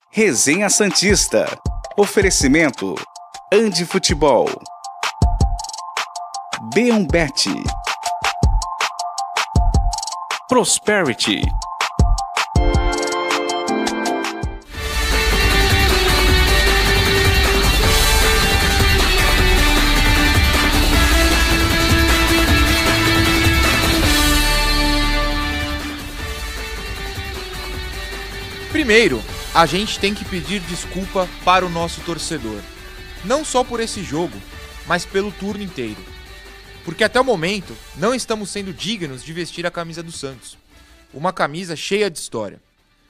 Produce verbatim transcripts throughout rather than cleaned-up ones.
Resenha Santista. Oferecimento Andi Futebol, B um Bet, Prosperity. Primeiro, a gente tem que pedir desculpa para o nosso torcedor. Não só por esse jogo, mas pelo turno inteiro. Porque até o momento, não estamos sendo dignos de vestir a camisa do Santos. Uma camisa cheia de história.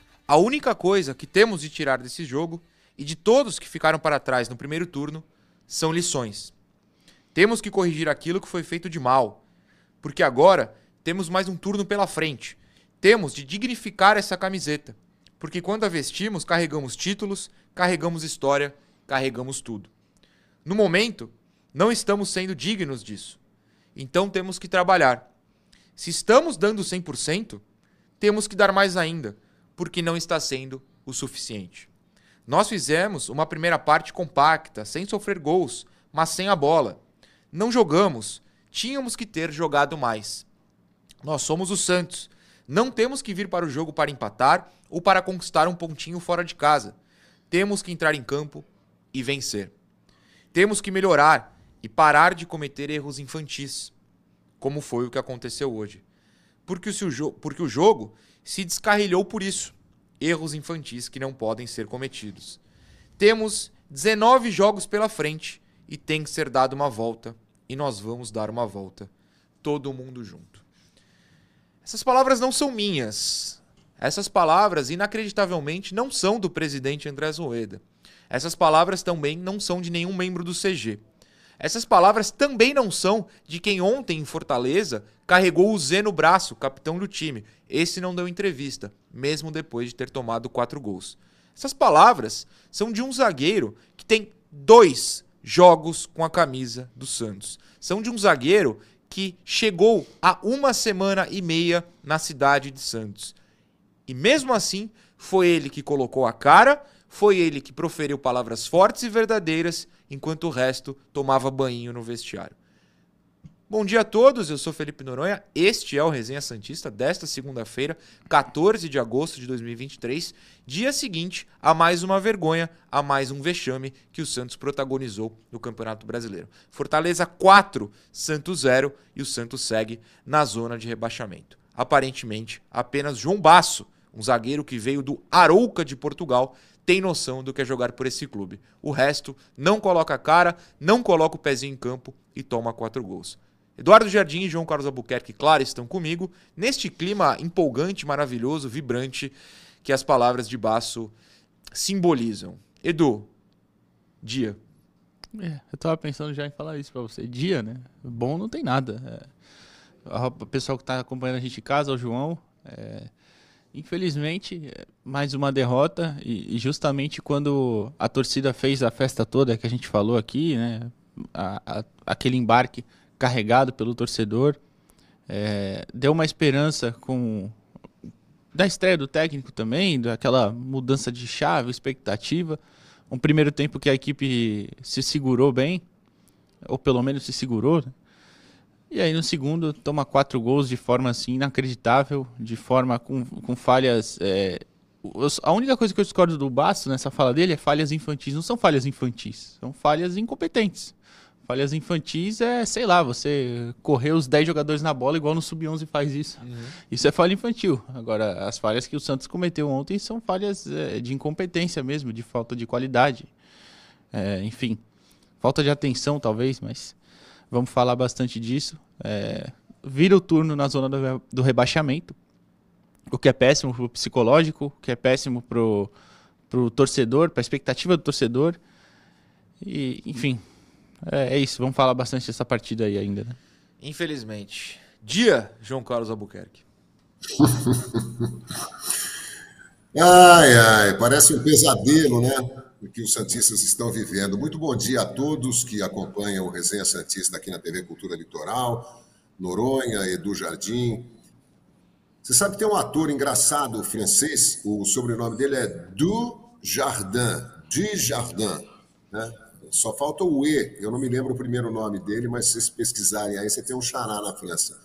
A única coisa que temos de tirar desse jogo, e de todos que ficaram para trás no primeiro turno, são lições. Temos que corrigir aquilo que foi feito de mal. Porque agora, temos mais um turno pela frente. Temos de dignificar essa camiseta. Porque quando a vestimos, carregamos títulos, carregamos história, carregamos tudo. No momento, não estamos sendo dignos disso. Então temos que trabalhar. Se estamos dando cem por cento, temos que dar mais ainda, porque não está sendo o suficiente. Nós fizemos uma primeira parte compacta, sem sofrer gols, mas sem a bola. Não jogamos, tínhamos que ter jogado mais. Nós somos o Santos. Não temos que vir para o jogo para empatar ou para conquistar um pontinho fora de casa. Temos que entrar em campo e vencer. Temos que melhorar e parar de cometer erros infantis, como foi o que aconteceu hoje. Porque o, jo- porque o jogo se descarrilhou por isso. Erros infantis que não podem ser cometidos. Temos dezenove jogos pela frente e tem que ser dada uma volta. E nós vamos dar uma volta. Todo mundo junto. Essas palavras não são minhas. Essas palavras, inacreditavelmente, não são do presidente Andrés Rueda. Essas palavras também não são de nenhum membro do C G. Essas palavras também não são de quem ontem em Fortaleza carregou o Zé no braço, capitão do time. Esse não deu entrevista, mesmo depois de ter tomado quatro gols. Essas palavras são de um zagueiro que tem dois jogos com a camisa do Santos. São de um zagueiro que chegou há uma semana e meia na cidade de Santos. E mesmo assim, foi ele que colocou a cara, foi ele que proferiu palavras fortes e verdadeiras, enquanto o resto tomava banho no vestiário. Bom dia a todos, eu sou Felipe Noronha, este é o Resenha Santista desta segunda-feira, quatorze de agosto de dois mil e vinte e três, dia seguinte a mais uma vergonha, a mais um vexame que o Santos protagonizou no Campeonato Brasileiro. Fortaleza quatro, Santos zero e o Santos segue na zona de rebaixamento. Aparentemente, apenas João Basso, um zagueiro que veio do Arouca de Portugal, tem noção do que é jogar por esse clube. O resto não coloca a cara, não coloca o pezinho em campo e toma quatro gols. Eduardo Jardim e João Carlos Albuquerque, claro, estão comigo, neste clima empolgante, maravilhoso, vibrante, que as palavras de Basso simbolizam. Edu, dia. É, eu tava pensando já em falar isso pra você. Dia, né? Bom não tem nada. É, o pessoal que tá acompanhando a gente em casa, o João, é, infelizmente, mais uma derrota, e, e justamente quando a torcida fez a festa toda que a gente falou aqui, né? A, a, aquele embarque carregado pelo torcedor, é, deu uma esperança com da estreia do técnico também, daquela mudança de chave, expectativa, um primeiro tempo que a equipe se segurou bem, ou pelo menos se segurou, né? E aí no segundo toma quatro gols de forma assim inacreditável, de forma com, com falhas, é, a única coisa que eu discordo do Basso nessa fala dele é falhas infantis. Não são falhas infantis, são falhas incompetentes. Falhas infantis é, sei lá, você correr os dez jogadores na bola igual no sub onze faz isso. Uhum. Isso é falha infantil. Agora, as falhas que o Santos cometeu ontem são falhas é, de incompetência mesmo, de falta de qualidade. É, enfim, falta de atenção talvez, mas vamos falar bastante disso. É, vira o turno na zona do, do rebaixamento, o que é péssimo pro psicológico, o que é péssimo pro, pro torcedor, pra expectativa do torcedor. E, enfim... É, é isso, vamos falar bastante dessa partida aí ainda, né? Infelizmente. Dia, João Carlos Albuquerque. Ai, ai, parece um pesadelo, né? O que os santistas estão vivendo. Muito bom dia a todos que acompanham o Resenha Santista aqui na T V Cultura Litoral, Noronha, Edu Jardim. Você sabe que tem um ator engraçado francês, o sobrenome dele é Du Jardin, Dujardin, né? Só falta o E, eu não me lembro o primeiro nome dele, mas se vocês pesquisarem aí, você tem um xará na França.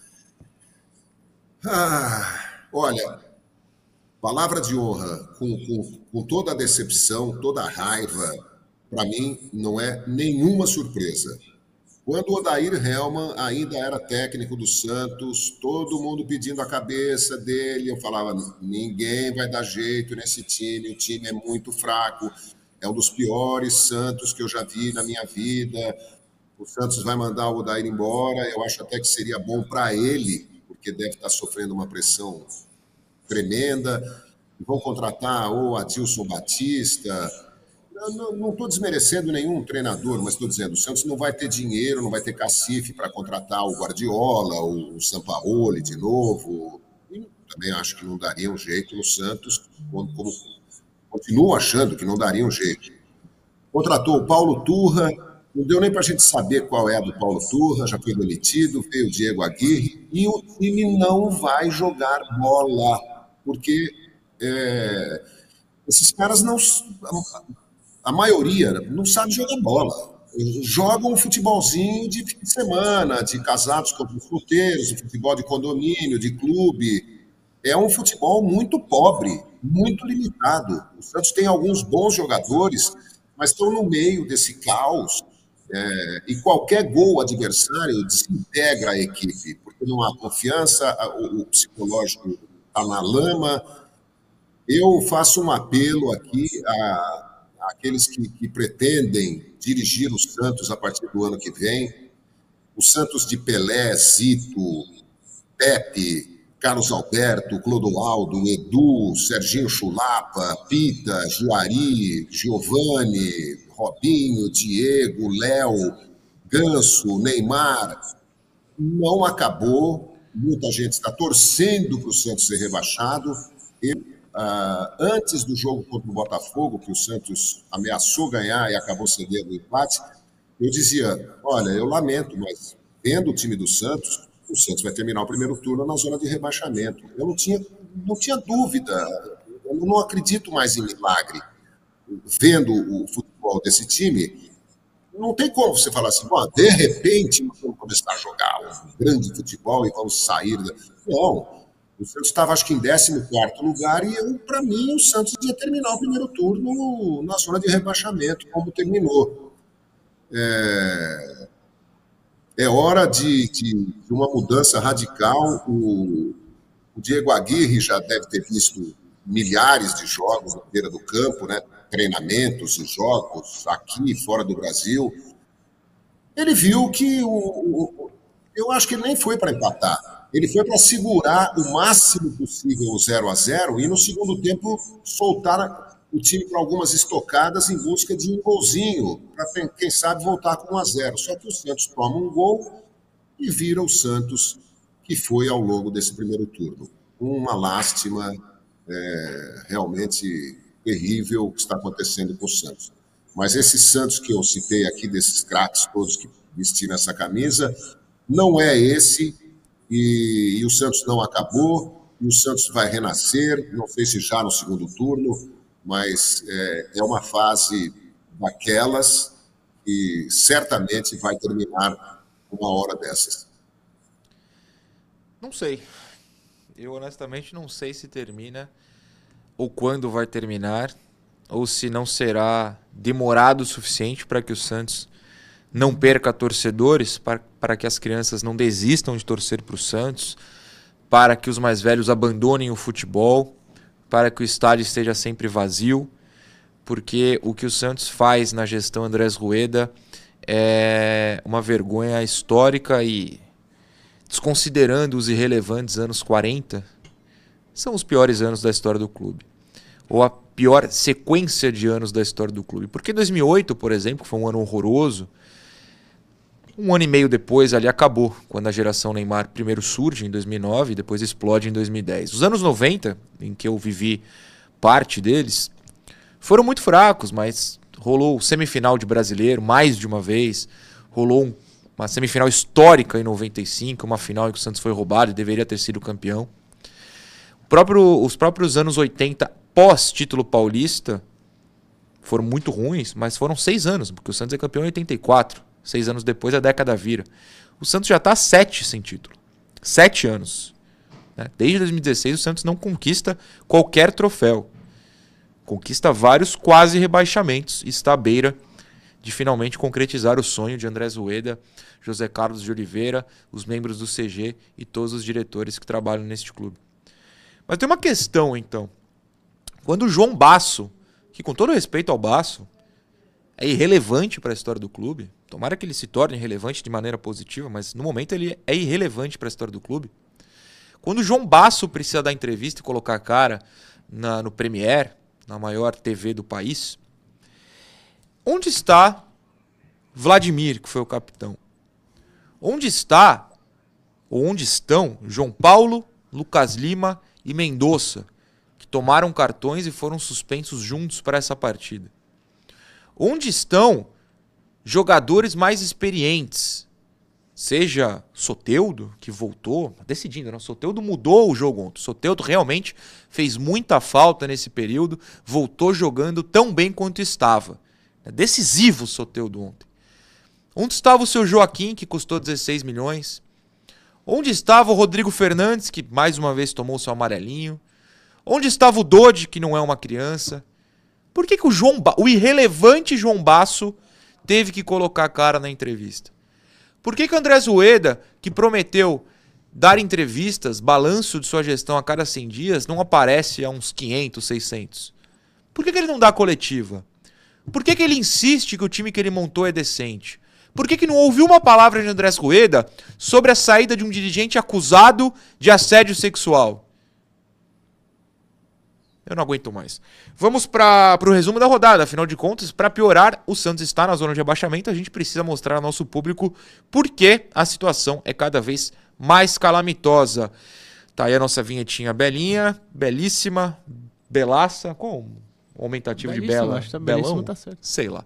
Ah, olha, palavra de honra, com, com, com toda a decepção, toda a raiva, para mim não é nenhuma surpresa. Quando o Odair Hellmann ainda era técnico do Santos, todo mundo pedindo a cabeça dele, eu falava, ninguém vai dar jeito nesse time, o time é muito fraco, é um dos piores Santos que eu já vi na minha vida, o Santos vai mandar o Odair embora, eu acho até que seria bom para ele, porque deve estar sofrendo uma pressão tremenda, vão contratar o Adilson Batista. Eu não estou desmerecendo nenhum treinador, mas estou dizendo, o Santos não vai ter dinheiro, não vai ter cacife para contratar o Guardiola, o Sampaoli de novo. E também acho que não daria um jeito no Santos, como, como continuo achando que não daria um jeito. Contratou o Paulo Turra, não deu nem para a gente saber qual é a do Paulo Turra, já foi demitido, veio o Diego Aguirre, e o time não vai jogar bola, porque é, esses caras não... A maioria não sabe jogar bola. Jogam um futebolzinho de fim de semana, de casados contra os solteiros, de futebol de condomínio, de clube. É um futebol muito pobre, muito limitado. O Santos tem alguns bons jogadores, mas estão no meio desse caos. É, e qualquer gol adversário desintegra a equipe, porque não há confiança, o, o psicológico está na lama. Eu faço um apelo aqui a aqueles que, que pretendem dirigir o Santos a partir do ano que vem, o Santos de Pelé, Zito, Pepe, Carlos Alberto, Clodoaldo, Edu, Serginho Chulapa, Pita, Juari, Giovani, Robinho, Diego, Léo, Ganso, Neymar, não acabou, muita gente está torcendo para o Santos ser rebaixado. Eu, Uh, antes do jogo contra o Botafogo, que o Santos ameaçou ganhar e acabou cedendo o empate, eu dizia, olha, eu lamento, mas vendo o time do Santos, o Santos vai terminar o primeiro turno na zona de rebaixamento. Eu não tinha, não tinha dúvida, eu não acredito mais em milagre. Vendo o futebol desse time, não tem como você falar assim, bom, de repente nós vamos começar a jogar um grande futebol e vamos sair. Da... Não. O Santos estava, acho que, em décimo quarto lugar e, para mim, o Santos ia terminar o primeiro turno na zona de rebaixamento, como terminou. É, é hora de, de, de uma mudança radical. O, o Diego Aguirre já deve ter visto milhares de jogos na beira do campo, né? Treinamentos e jogos aqui e fora do Brasil. Ele viu que... O, o, eu acho que ele nem foi para empatar. Ele foi para segurar o máximo possível o zero a zero e, no segundo tempo, soltar o time para algumas estocadas em busca de um golzinho, para, quem sabe, voltar com um a zero. Só que o Santos toma um gol e vira o Santos que foi ao longo desse primeiro turno. Uma lástima é, realmente terrível o que está acontecendo com o Santos. Mas esse Santos que eu citei aqui, desses craques todos que vestiram essa camisa, não é esse... E, e o Santos não acabou, e o Santos vai renascer, não sei se já no segundo turno, mas é, é uma fase daquelas que certamente vai terminar uma hora dessas. Não sei. Eu honestamente não sei se termina, ou quando vai terminar, ou se não será demorado o suficiente para que o Santos não perca torcedores, para, para que as crianças não desistam de torcer para o Santos, para que os mais velhos abandonem o futebol, para que o estádio esteja sempre vazio, porque o que o Santos faz na gestão Andrés Rueda é uma vergonha histórica e, desconsiderando os irrelevantes anos quarenta, são os piores anos da história do clube. Ou a pior sequência de anos da história do clube. Porque dois mil e oito, por exemplo, que foi um ano horroroso, um ano e meio depois ali acabou, quando a geração Neymar primeiro surge em dois mil e nove e depois explode em dois mil e dez. Os anos noventa, em que eu vivi parte deles, foram muito fracos, mas rolou semifinal de brasileiro mais de uma vez, rolou um, uma semifinal histórica em noventa e cinco, uma final em que o Santos foi roubado e deveria ter sido campeão. O próprio, os próprios anos oitenta, pós-título paulista, foram muito ruins, mas foram seis anos, porque o Santos é campeão em oitenta e quatro. Seis anos depois a década vira. O Santos já está sete sem título. Sete anos. Né? Desde dois mil e dezesseis o Santos não conquista qualquer troféu. Conquista vários quase rebaixamentos e está à beira de finalmente concretizar o sonho de Andrés Rueda, José Carlos de Oliveira, os membros do C G e todos os diretores que trabalham neste clube. Mas tem uma questão, então. Quando o João Basso, que com todo respeito ao Basso, é irrelevante para a história do clube, tomara que ele se torne relevante de maneira positiva, mas no momento ele é irrelevante para a história do clube. Quando o João Basso precisa dar entrevista e colocar a cara na, no Premier, na maior T V do país, onde está Vladimir, que foi o capitão? Onde está, ou onde estão, João Paulo, Lucas Lima e Mendonça, que tomaram cartões e foram suspensos juntos para essa partida? Onde estão jogadores mais experientes? Seja Soteldo, que voltou, decidindo, não? Soteldo mudou o jogo ontem. Soteldo realmente fez muita falta nesse período, voltou jogando tão bem quanto estava. É decisivo o Soteldo ontem. Onde estava o seu Joaquim, que custou dezesseis milhões? Onde estava o Rodrigo Fernandes, que mais uma vez tomou seu amarelinho? Onde estava o Dodi, que não é uma criança? Por que, que o, João ba... o irrelevante João Basso teve que colocar a cara na entrevista? Por que, que o Andrés Rueda, que prometeu dar entrevistas, balanço de sua gestão a cada cem dias, não aparece a uns quinhentos, seiscentos? Por que, que ele não dá coletiva? Por que, que ele insiste que o time que ele montou é decente? Por que, que não ouviu uma palavra de Andrés Rueda sobre a saída de um dirigente acusado de assédio sexual? Eu não aguento mais. Vamos para o resumo da rodada. Afinal de contas, para piorar, o Santos está na zona de abaixamento. A gente precisa mostrar ao nosso público por que a situação é cada vez mais calamitosa. Tá aí a nossa vinhetinha belinha, belíssima, belaça. Qual o aumentativo Belíssimo, de bela? acho que tá Belão? belíssimo, tá certo. Sei lá.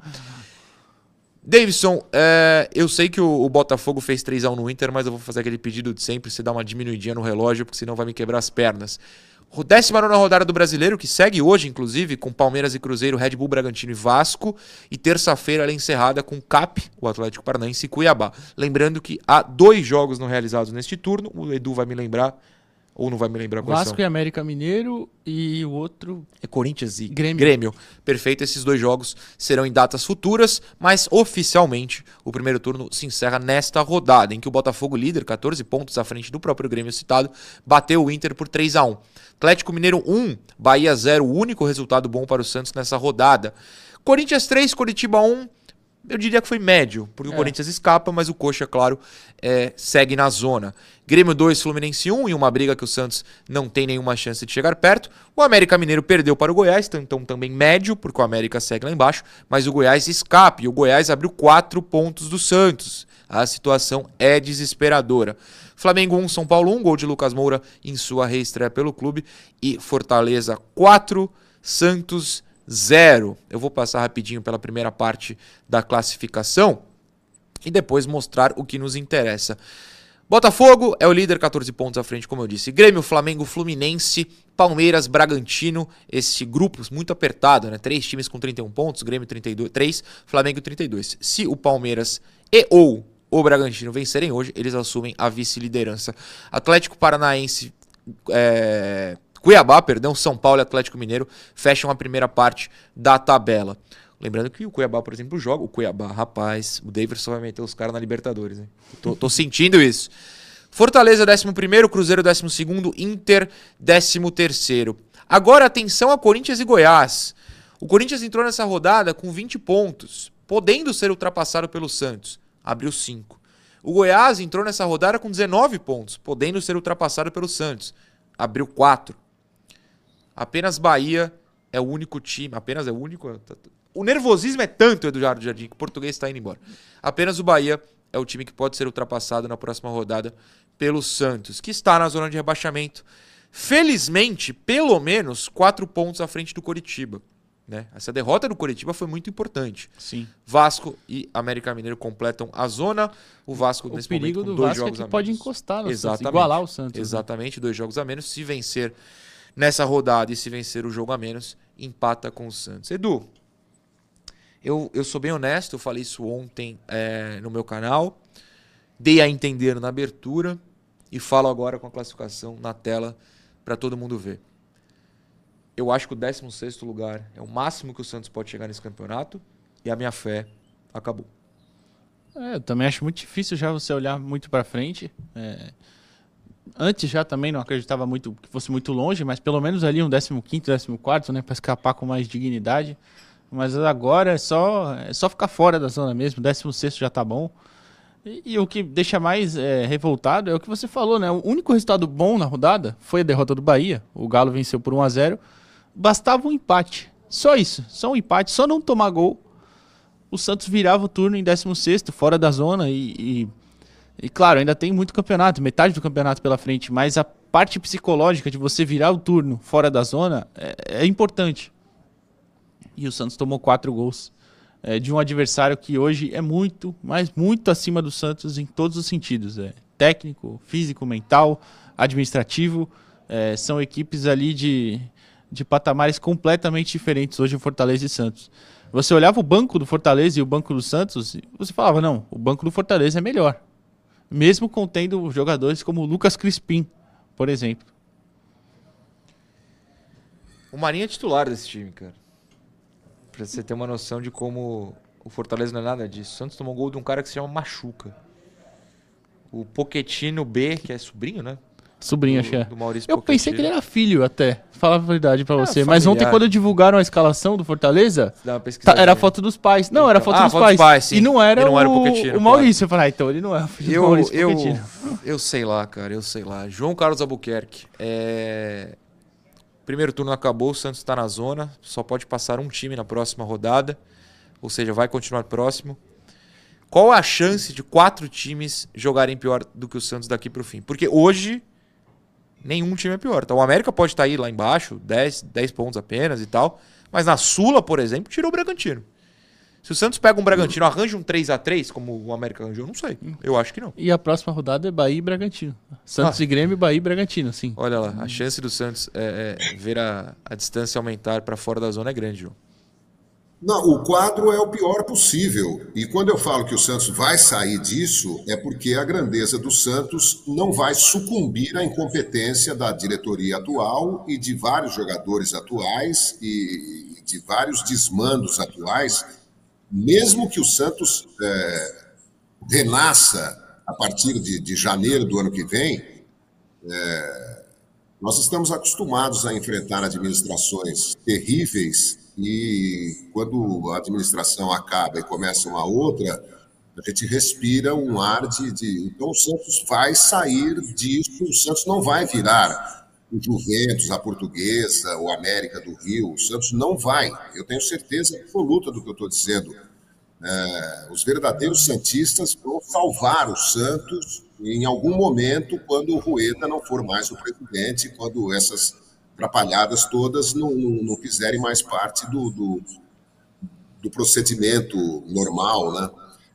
Davidson, é, eu sei que o, o Botafogo fez três a um no Inter, mas eu vou fazer aquele pedido de sempre, você dá uma diminuidinha no relógio, porque senão vai me quebrar as pernas. décima nona rodada do Brasileiro, que segue hoje, inclusive, com Palmeiras e Cruzeiro, Red Bull, Bragantino e Vasco. E terça-feira ela é encerrada com C A P, o Atlético Paranaense e Cuiabá. Lembrando que há dois jogos não realizados neste turno, o Edu vai me lembrar, ou não vai me lembrar quais Vasco são. e América Mineiro e o outro... É Corinthians e Grêmio. Grêmio. Perfeito, esses dois jogos serão em datas futuras, mas oficialmente o primeiro turno se encerra nesta rodada, em que o Botafogo, líder, catorze pontos à frente do próprio Grêmio citado, bateu o Inter por três a um. Atlético Mineiro um, Bahia zero, o único resultado bom para o Santos nessa rodada. Corinthians três, Coritiba um, eu diria que foi médio, porque é. o Corinthians escapa, mas o Coxa, claro, é, segue na zona. Grêmio dois, Fluminense um, em uma briga que o Santos não tem nenhuma chance de chegar perto. O América Mineiro perdeu para o Goiás, então também médio, porque o América segue lá embaixo, mas o Goiás escapa, e o Goiás abriu quatro pontos do Santos. A situação é desesperadora. Flamengo um, São Paulo um, gol de Lucas Moura em sua reestreia pelo clube. E Fortaleza quatro, Santos zero. Eu vou passar rapidinho pela primeira parte da classificação e depois mostrar o que nos interessa. Botafogo é o líder, catorze pontos à frente, como eu disse. Grêmio, Flamengo, Fluminense, Palmeiras, Bragantino. Esse grupo muito apertado, né? Três times com trinta e um pontos, Grêmio trinta e dois, três, Flamengo trinta e dois. Se o Palmeiras e ou o Bragantino vencerem hoje, eles assumem a vice-liderança. Atlético Paranaense, é... Cuiabá, perdão, São Paulo e Atlético Mineiro fecham a primeira parte da tabela. Lembrando que o Cuiabá, por exemplo, joga. O Cuiabá, rapaz, o Davidson vai meter os caras na Libertadores, hein? Tô, tô sentindo isso. Fortaleza, décimo primeiro, Cruzeiro, décimo segundo, Inter, décimo terceiro. Agora, atenção a Corinthians e Goiás. O Corinthians entrou nessa rodada com vinte pontos, podendo ser ultrapassado pelo Santos. Abriu cinco. O Goiás entrou nessa rodada com dezenove pontos, podendo ser ultrapassado pelo Santos. Abriu quatro. Apenas Bahia é o único time, apenas é o único... O nervosismo é tanto, Eduardo Jardim, que o português está indo embora. Apenas o Bahia é o time que pode ser ultrapassado na próxima rodada pelo Santos, que está na zona de rebaixamento. Felizmente, pelo menos, quatro pontos à frente do Coritiba. Né? Essa derrota do Coritiba foi muito importante. Sim. Vasco e América Mineiro completam a zona. O Vasco, o nesse perigo momento, com do dois Vasco jogos é que a pode menos. encostar no Exatamente. Santos, igualar o Santos. Exatamente, né? Dois jogos a menos. Se vencer nessa rodada e se vencer o jogo a menos, empata com o Santos. Edu, Eu, eu sou bem honesto, eu falei isso ontem é, no meu canal, dei a entender na abertura e falo agora com a classificação na tela para todo mundo ver. Eu acho que o décimo sexto lugar é o máximo que o Santos pode chegar nesse campeonato e a minha fé acabou. É, eu também acho muito difícil já você olhar muito para frente. É... Antes já também não acreditava muito que fosse muito longe, mas pelo menos ali um décimo quinto, décimo quarto, né, para escapar com mais dignidade. Mas agora é só, é só ficar fora da zona mesmo, décimo sexto já tá bom. E, e o que deixa mais é, revoltado é o que você falou, né? O único resultado bom na rodada foi a derrota do Bahia. O Galo venceu por um a zero. Bastava um empate. Só isso, só um empate, só não tomar gol. O Santos virava o turno em décimo sexto, fora da zona. E, e, e claro, ainda tem muito campeonato, metade do campeonato pela frente. Mas a parte psicológica de você virar o turno fora da zona é, é importante. E o Santos tomou quatro gols é, de um adversário que hoje é muito, mas muito acima do Santos em todos os sentidos. É, técnico, físico, mental, administrativo. É, são equipes ali de, de patamares completamente diferentes hoje, o Fortaleza e Santos. Você olhava o banco do Fortaleza e o banco do Santos e você falava, não, o banco do Fortaleza é melhor. Mesmo contendo jogadores como o Lucas Crispim, por exemplo. O Marinho é titular desse time, cara. Pra você ter uma noção de como o Fortaleza não é nada disso. O Santos tomou gol de um cara que se chama Machuca. O Pochettino B, que é sobrinho, né? Sobrinho, do, acho que é. do Maurício Eu Pochettino. pensei que ele era filho até, falar a verdade pra É, você. Mas ontem, familiar. quando divulgaram a escalação do Fortaleza, Dá uma tá, pesquisadinha. era a foto dos pais. Não, era a Então- foto ah, dos foto pais. dos pais, sim. E não era, E não era o o, Pochettino, o Maurício. Eu falei, ah, então ele não é o filho do Eu, Maurício eu, Pochettino. eu sei lá, cara, eu sei lá. João Carlos Albuquerque. É... Primeiro turno acabou, o Santos está na zona. Só pode passar um time na próxima rodada. Ou seja, vai continuar próximo. Qual a chance de quatro times jogarem pior do que o Santos daqui para o fim? Porque hoje nenhum time é pior. Então, o América pode estar aí lá embaixo, dez, dez pontos apenas e tal. Mas na Sula, por exemplo, tirou o Bragantino. Se o Santos pega um Bragantino, arranja um três a três, como o América arranjou, não sei. Eu acho que não. E a próxima rodada é Bahia e Bragantino. Santos Ah. e Grêmio, Bahia e Bragantino, sim. Olha lá, a chance do Santos é, é, ver a, a distância aumentar para fora da zona é grande, João. Não, o quadro é o pior possível. E quando eu falo que o Santos vai sair disso, é porque a grandeza do Santos não vai sucumbir à incompetência da diretoria atual e de vários jogadores atuais e de vários desmandos atuais. Mesmo que o Santos é, renasça a partir de, de janeiro do ano que vem, é, nós estamos acostumados a enfrentar administrações terríveis e quando a administração acaba e começa uma outra, a gente respira um ar de, de... Então o Santos vai sair disso, o Santos não vai virar o Juventus, a Portuguesa, o América do Rio, o Santos não vai. Eu tenho certeza absoluta do que eu estou dizendo. É, os verdadeiros santistas vão salvar o Santos em algum momento quando o Rueda não for mais o presidente, quando essas atrapalhadas todas não, não, não fizerem mais parte do, do, do procedimento normal, né?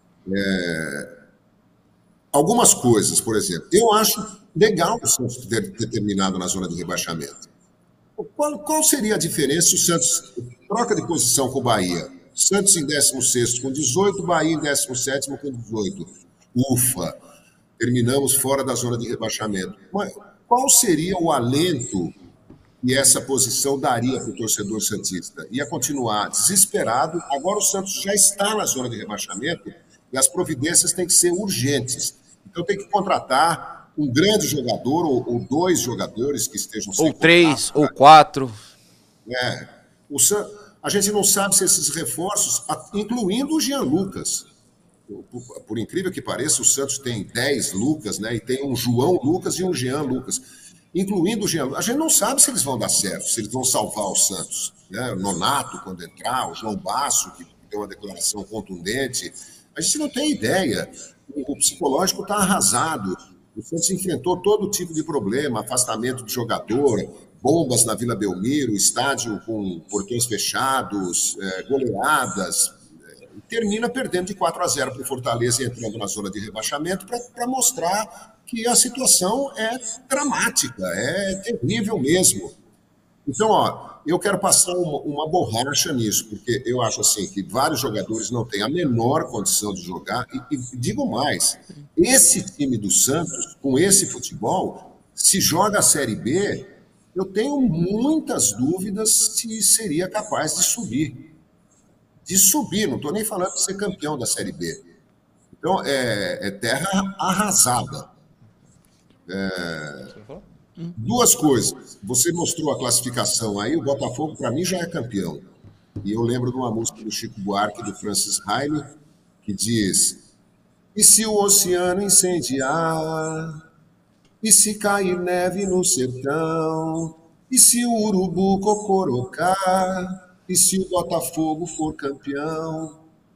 É, algumas coisas, por exemplo, eu acho legal o Santos ter, ter terminado na zona de rebaixamento. Qual, qual seria a diferença se o Santos troca de posição com o Bahia? Santos em décimo sexto com dezoito, Bahia em décimo sétimo com dezoito. Ufa, terminamos fora da zona de rebaixamento. Mas qual seria o alento que essa posição daria para o torcedor santista? Ia continuar desesperado. Agora o Santos já está na zona de rebaixamento e as providências têm que ser urgentes. Então tem que contratar um grande jogador ou, ou dois jogadores que estejam sem Ou três, contrato, ou quatro. É, o San... A gente não sabe se esses reforços, incluindo o Jean Lucas, por, por incrível que pareça, o Santos tem dez Lucas, né? E tem um João Lucas e um Jean Lucas. Incluindo o Jean Lucas. A gente não sabe se eles vão dar certo, se eles vão salvar o Santos. Né? O Nonato, quando entrar, o João Basso, que deu uma declaração contundente. A gente não tem ideia. O, o psicológico está arrasado. O Santos enfrentou todo tipo de problema, afastamento de jogador, bombas na Vila Belmiro, estádio com portões fechados, é, goleadas, é, termina perdendo de quatro a zero para o Fortaleza e entrando na zona de rebaixamento para mostrar que a situação é dramática, é terrível mesmo. Então, ó, eu quero passar uma, uma borracha nisso, porque eu acho assim que vários jogadores não têm a menor condição de jogar. E, e digo mais, esse time do Santos, com esse futebol, se joga a Série B, eu tenho muitas dúvidas se seria capaz de subir. De subir, não estou nem falando de ser campeão da Série B. Então, é, é terra arrasada. É... Duas coisas. Você mostrou a classificação aí, o Botafogo, para mim, já é campeão. E eu lembro de uma música do Chico Buarque, do Francis Haime, que diz: e se o oceano incendiar? E se cair neve no sertão? E se o urubu cocorocar? E se o Botafogo for campeão?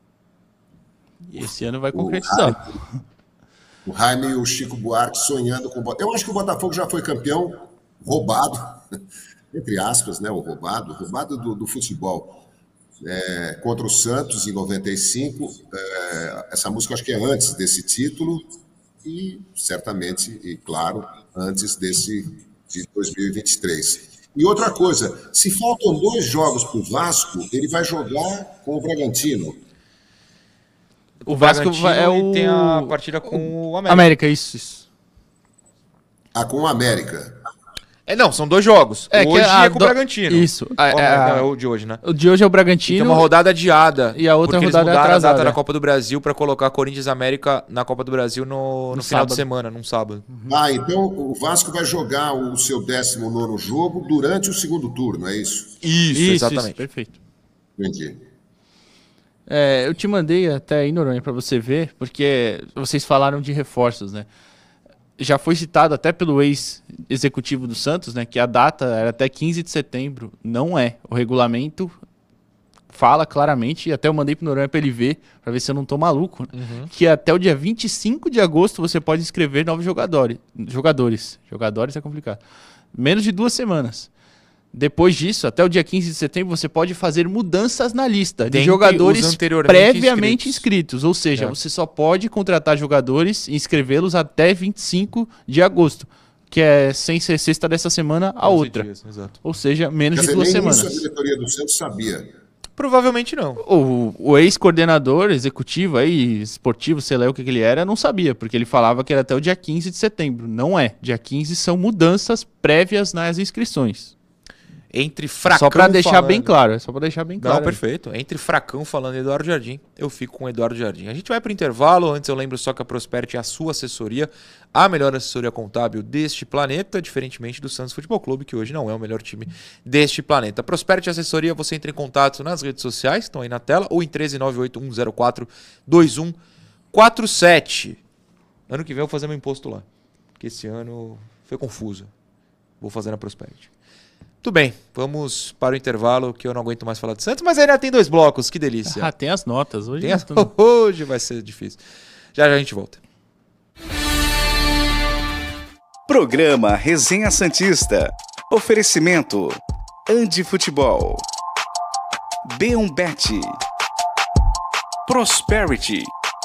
E esse ano vai concretizar. O Jaime e o Chico Buarque sonhando com o Botafogo. Eu acho que o Botafogo já foi campeão roubado, entre aspas, né? O roubado, roubado do, do futebol. É, contra o Santos em noventa e cinco. É, essa música acho que é antes desse título e certamente, e claro, antes desse de dois mil e vinte e três. E outra coisa, se faltam dois jogos para o Vasco, ele vai jogar com o Bragantino. O Vasco vai, é o... tem a partida com o América. América, isso, isso. Ah, com o América. É, não, são dois jogos. É, hoje que é, é com o do... Bragantino. Isso. É, é, é, não, é o de hoje, né? O de hoje é o Bragantino. E tem uma rodada adiada. E a outra porque rodada eles mudaram atrasada. a data da Copa do Brasil para colocar Corinthians e América na Copa do Brasil no, no, no final de semana, num sábado. Uhum. Ah, então o Vasco vai jogar o seu décimo nono jogo durante o segundo turno, é isso? Isso, isso exatamente. Isso, perfeito. Entendi. É, eu te mandei até aí, Noronha, para você ver, porque vocês falaram de reforços, né? Já foi citado até pelo ex-executivo do Santos, né, que a data era até quinze de setembro. Não é. O regulamento fala claramente, e até eu mandei pro Noronha para ele ver, para ver se eu não tô maluco, né? Uhum. Que até o dia vinte e cinco de agosto você pode inscrever novos jogadores. Jogadores. Jogadores é complicado. Menos de duas semanas. Depois disso, até o dia quinze de setembro, você pode fazer mudanças na lista de Dentre jogadores previamente inscritos. inscritos. Ou seja, é. você só pode contratar jogadores e inscrevê-los até vinte e cinco de agosto, que é sem ser sexta dessa semana a outra. Dias, ou seja, menos Quer de dizer, duas nem semanas. Isso a diretoria do Santos sabia. Provavelmente não. O, o ex-coordenador executivo aí, esportivo, sei lá o que, que ele era, não sabia, porque ele falava que era até o dia quinze de setembro. Não é. Dia quinze são mudanças prévias nas inscrições. Entre Fracão Só pra deixar falando... bem claro, é só pra deixar bem claro. Não, perfeito. Entre Fracão falando e Eduardo Jardim, eu fico com o Eduardo Jardim. A gente vai pro intervalo, antes eu lembro só que a Prosperity é a sua assessoria, a melhor assessoria contábil deste planeta, diferentemente do Santos Futebol Clube, que hoje não é o melhor time deste planeta. Prosperity Assessoria, você entra em contato nas redes sociais, estão aí na tela, ou em treze nove oito um zero quatro dois um quatro sete. Ano que vem eu vou fazer meu imposto lá, porque esse ano foi confuso. Vou fazer na Prosperity. Tudo bem, vamos para o intervalo, que eu não aguento mais falar de Santos, mas ainda tem dois blocos, que delícia. Ah, tem as notas. Hoje, tem as... Hoje vai ser difícil. Já já a gente volta. Programa Resenha Santista. Oferecimento Andi Futebol, B um Bet, Prosperity.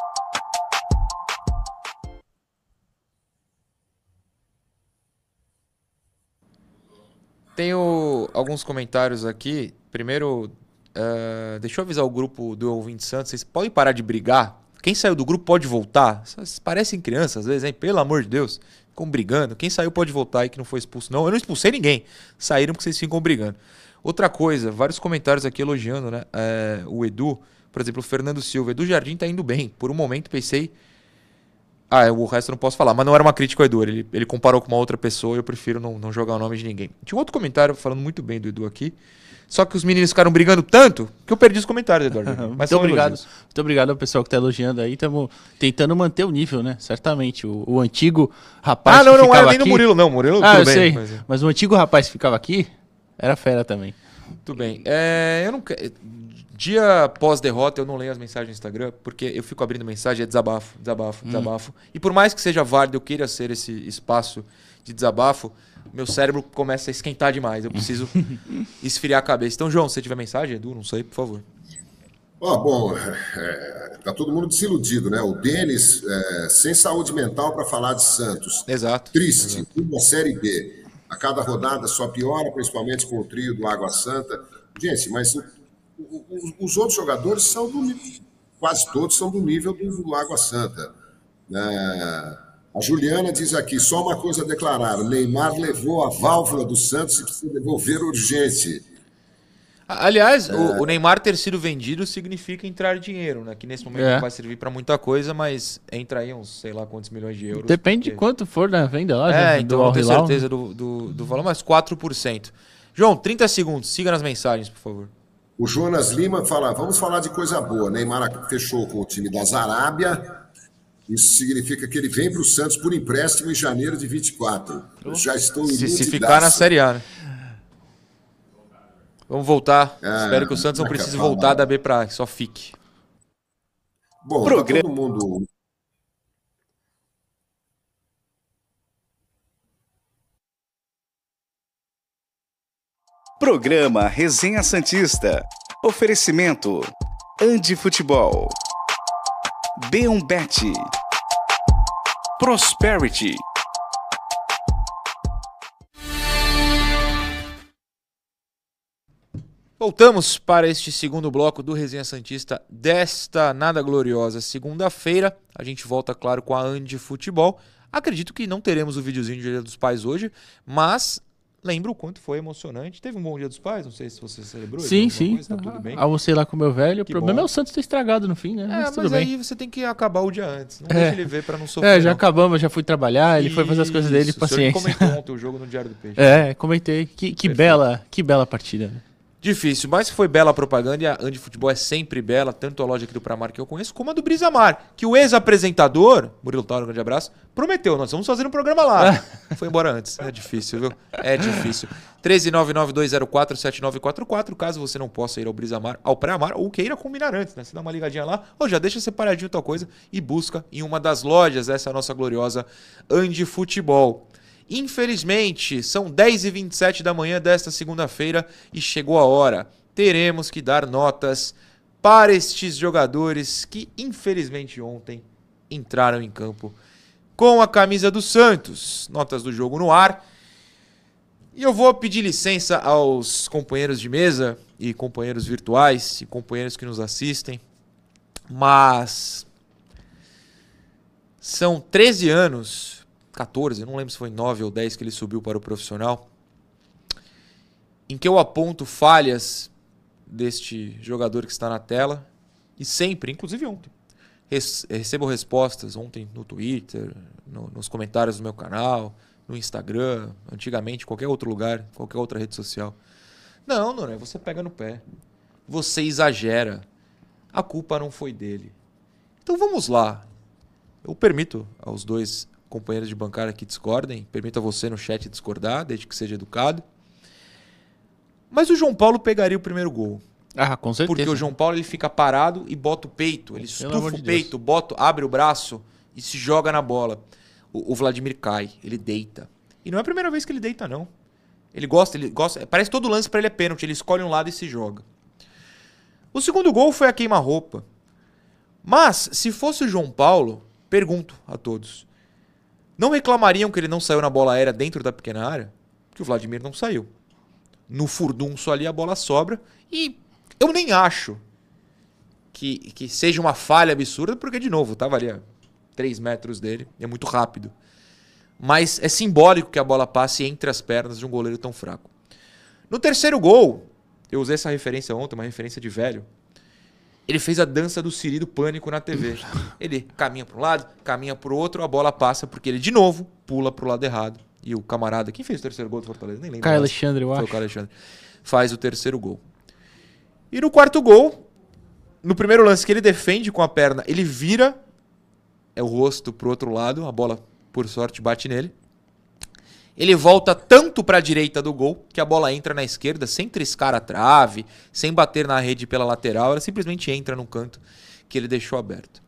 Tenho alguns comentários aqui. Primeiro, uh, deixa eu avisar o grupo do Ouvinte Santos. Vocês podem parar de brigar? Quem saiu do grupo pode voltar. Vocês parecem crianças às vezes, hein? Pelo amor de Deus. Ficam brigando. Quem saiu pode voltar aí que não foi expulso. Não, eu não expulsei ninguém. Saíram porque vocês ficam brigando. Outra coisa, vários comentários aqui elogiando, né? É, o Edu, por exemplo, o Fernando Silva. Edu Jardim tá indo bem. Por um momento pensei... Ah, o resto eu não posso falar, mas não era uma crítica ao Edu, ele, ele comparou com uma outra pessoa e eu prefiro não, não jogar o nome de ninguém. Tinha um outro comentário falando muito bem do Edu aqui, só que os meninos ficaram brigando tanto que eu perdi os comentários, Eduardo. Mas muito obrigado, muito obrigado ao pessoal que está elogiando aí, estamos tentando manter o nível, né? Certamente, o, o antigo rapaz Ah, não, que não ficava era nem aqui... no Murilo, não, Murilo ah, tudo eu bem. sei, Mas... mas o antigo rapaz que ficava aqui era fera também. Tudo bem, é, eu não quero... Dia pós-derrota eu não leio as mensagens no Instagram, porque eu fico abrindo mensagem, é desabafo, desabafo, hum. desabafo. E por mais que seja válido, eu queira ser esse espaço de desabafo, meu cérebro começa a esquentar demais. Eu preciso esfriar a cabeça. Então, João, se você tiver mensagem, Edu, não sei, por favor. Oh, bom, é, tá todo mundo desiludido, né? O Denis, é, sem saúde mental para falar de Santos. Exato. Triste, exato. uma Série B. A cada rodada só piora, principalmente com o trio do Água Santa. Gente, mas o, o, os outros jogadores são do quase todos são do nível do, do Água Santa. É, a Juliana diz aqui, só uma coisa a declarar, o Neymar levou a válvula do Santos e precisa devolver urgente. Aliás, é... o, o Neymar ter sido vendido significa entrar dinheiro, né? Que nesse momento é. não vai servir para muita coisa, mas entra aí uns, sei lá, quantos milhões de euros. Depende porque... de quanto for na venda lá. É, então não tenho certeza do, do, do valor, mas quatro por cento. João, trinta segundos, siga nas mensagens, por favor. O Jonas Lima fala, vamos falar de coisa boa. Neymar fechou com o time da Arábia. Isso significa que ele vem para o Santos por empréstimo em janeiro de vinte e quatro. Eu já estou se, se ficar na Série A, né? Vamos voltar. É, Espero que o Santos não precise voltar da B para A, que só fique. Bom, Programa. Tá todo mundo... Programa Resenha Santista. Oferecimento Andi Futebol, B um Bet, Prosperity. Voltamos para este segundo bloco do Resenha Santista desta nada gloriosa segunda-feira. A gente volta, claro, com a Andi Futebol. Acredito que não teremos o videozinho de Dia dos Pais hoje, mas lembro o quanto foi emocionante. Teve um bom Dia dos Pais, não sei se você celebrou. Sim, sim. Coisa, tá tudo bem. Almocei lá com o meu velho. Que o problema bom. é o Santos ter estragado no fim, né? É, mas, mas tudo aí bem. você tem que acabar o dia antes. Não é. deixa ele ver para não sofrer. É, já não. acabamos, já fui trabalhar, ele Isso, foi fazer as coisas dele, paciência. Você comentou ontem o jogo no Diário do Peixe. É, comentei. Que, que, bela, que bela partida. Difícil, mas foi bela a propaganda e a Andi Futebol é sempre bela, tanto a loja aqui do Pramar que eu conheço, como a do Brisamar, que o ex-apresentador, Murilo Tauro, um grande abraço, prometeu, nós vamos fazer um programa lá. Foi embora antes, é difícil, viu? É difícil. um três nove nove dois zero quatro sete nove quatro quatro, caso você não possa ir ao Brisamar, ao Pramar, ou queira combinar antes, né? Você dá uma ligadinha lá, ou já deixa separadinho tal coisa e busca em uma das lojas, essa é a nossa gloriosa Andi Futebol. Infelizmente, são dez e vinte e sete da manhã desta segunda-feira e chegou a hora. Teremos que dar notas para estes jogadores que, infelizmente, ontem entraram em campo com a camisa do Santos. Notas do jogo no ar. E eu vou pedir licença aos companheiros de mesa e companheiros virtuais e companheiros que nos assistem, mas são treze anos... catorze, não lembro se foi nove ou dez que ele subiu para o profissional, em que eu aponto falhas deste jogador que está na tela, e sempre, inclusive ontem, recebo respostas ontem no Twitter, no, nos comentários do meu canal, no Instagram, antigamente, qualquer outro lugar, qualquer outra rede social. Não, Noronha, você pega no pé, você exagera, a culpa não foi dele. Então vamos lá, eu permito aos dois companheiros de bancada que discordem, permita você no chat discordar, desde que seja educado. Mas o João Paulo pegaria o primeiro gol. Ah, com certeza. Porque o João Paulo ele fica parado e bota o peito, ele estufa o de peito, bota, abre o braço e se joga na bola. O, o Vladimir cai, ele deita. E não é a primeira vez que ele deita, não. Ele gosta, ele gosta, parece que todo lance para ele é pênalti, ele escolhe um lado e se joga. O segundo gol foi a queima-roupa. Mas, se fosse o João Paulo, pergunto a todos, não reclamariam que ele não saiu na bola aérea dentro da pequena área? Que o Vladimir não saiu. No furdunço ali a bola sobra. E eu nem acho que, que seja uma falha absurda, porque, de novo, estava ali a três metros dele. É muito rápido. Mas é simbólico que a bola passe entre as pernas de um goleiro tão fraco. No terceiro gol, eu usei essa referência ontem, uma referência de velho. Ele fez a dança do Siri do Pânico na T V. Ele caminha para um lado, caminha para o outro, a bola passa porque ele, de novo, pula para o lado errado. E o camarada... Quem fez o terceiro gol do Fortaleza? Nem lembro. Caio Alexandre, eu Foi acho. o Caio Alexandre. Faz o terceiro gol. E no quarto gol, no primeiro lance que ele defende com a perna, ele vira é o rosto para o outro lado. A bola, por sorte, bate nele. Ele volta tanto para a direita do gol que a bola entra na esquerda sem triscar a trave, sem bater na rede pela lateral. Ela simplesmente entra no canto que ele deixou aberto.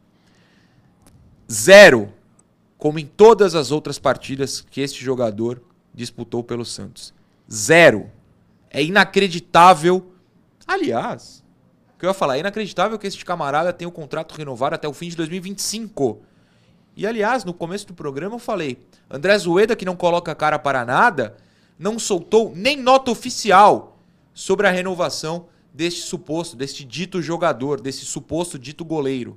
Zero, como em todas as outras partidas que este jogador disputou pelo Santos. Zero. É inacreditável. Aliás, o que eu ia falar, é inacreditável que este camarada tenha o contrato renovado até o fim de dois mil e vinte e cinco. E, aliás, no começo do programa eu falei, André Zueda, que não coloca a cara para nada, não soltou nem nota oficial sobre a renovação deste suposto, deste dito jogador, desse suposto dito goleiro.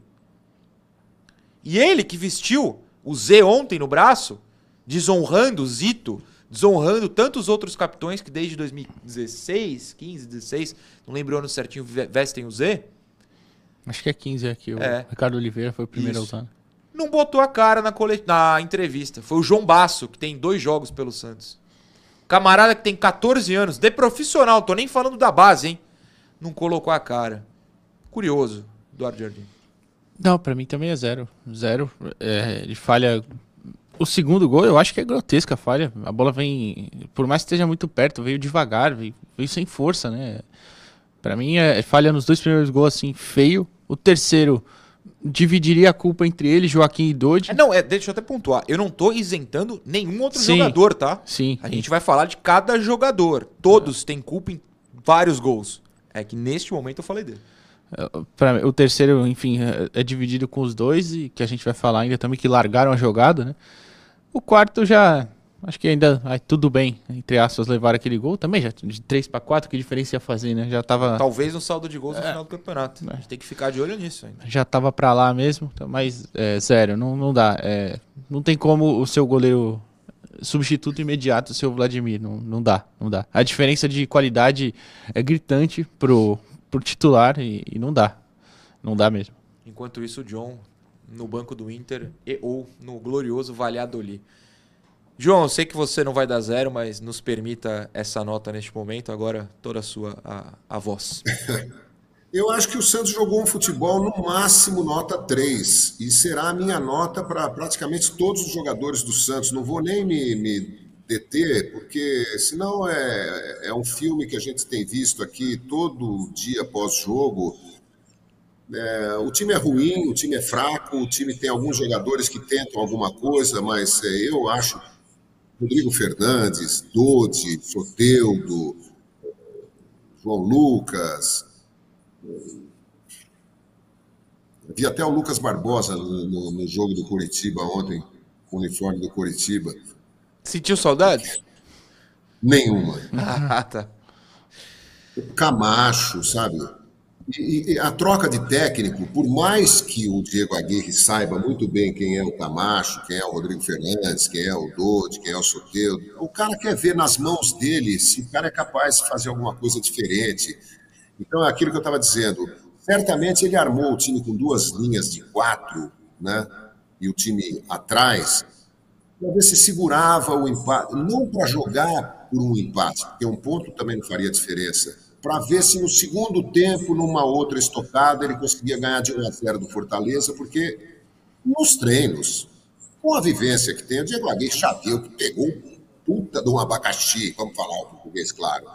E ele que vestiu o Z ontem no braço, desonrando o Zito, desonrando tantos outros capitões que desde dois mil e dezesseis, quinze, dezesseis, não lembro o ano certinho, vestem o Z. Acho que é quinze aqui. O É. Ricardo Oliveira foi o primeiro Isso. a usar. Não botou a cara na, cole... na entrevista. Foi o João Basso, que tem dois jogos pelo Santos. Camarada que tem catorze anos, de profissional, tô nem falando da base, hein? Não colocou a cara. Curioso, Eduardo Jardim. Não, pra mim também é zero. Zero. É, ele falha. O segundo gol, eu acho que é grotesca a falha. A bola vem, por mais que esteja muito perto, veio devagar, veio, veio sem força, né? Pra mim é falha nos dois primeiros gols, assim, feio. O terceiro dividiria a culpa entre ele, Joaquim e Dodi. É, não, é, deixa eu até pontuar. Eu não tô isentando nenhum outro Sim. jogador, tá? Sim. A sim. gente vai falar de cada jogador. Todos têm culpa em vários gols. É que neste momento eu falei dele. Pra, o terceiro, enfim, é, é dividido com os dois, e que a gente vai falar ainda também, que largaram a jogada, né? O quarto já, acho que ainda, ai, tudo bem, entre aspas, levar aquele gol. Também já de três para quatro, que diferença ia fazer, né? Já tava, Talvez no saldo de gols no final do campeonato. A gente tem que ficar de olho nisso ainda. já tava pra lá mesmo, então, mas é, sério, não, não dá. É, não tem como o seu goleiro substituto imediato, o seu Vladimir, não, não dá, não dá. A diferença de qualidade é gritante pro, pro titular e, e não dá, não dá mesmo. Enquanto isso, o John no banco do Inter e ou no glorioso Valladolid. João, eu sei que você não vai dar zero, mas nos permita essa nota neste momento. Agora, toda a sua a, a voz. Eu acho que o Santos jogou um futebol no máximo nota três, e será a minha nota para praticamente todos os jogadores do Santos. Não vou nem me, me deter, porque senão é, é um filme que a gente tem visto aqui todo dia pós-jogo. É, o time é ruim, o time é fraco, o time tem alguns jogadores que tentam alguma coisa, mas é, eu acho Rodrigo Fernandes, Dodi, Soteldo, João Lucas. Vi até o Lucas Barbosa no, no, no jogo do Coritiba ontem, com o uniforme do Coritiba. Sentiu saudade? Nenhuma. Ah, tá. Camacho, sabe? E, e a troca de técnico, por mais que o Diego Aguirre saiba muito bem quem é o Camacho, quem é o Rodrigo Fernandes, quem é o Dodi, quem é o Soteldo, o cara quer ver nas mãos dele se o cara é capaz de fazer alguma coisa diferente. Então é aquilo que eu estava dizendo. Certamente ele armou o time com duas linhas de quatro, né? E o time atrás, para ver se segurava o empate. Não para jogar por um empate, porque um ponto também não faria diferença. Para ver se no segundo tempo, numa outra estocada, ele conseguia ganhar de um a zero do Fortaleza, porque nos treinos, com a vivência que tem, o Diego Aguirre já viu que pegou um puta de um abacaxi, vamos falar o português, claro.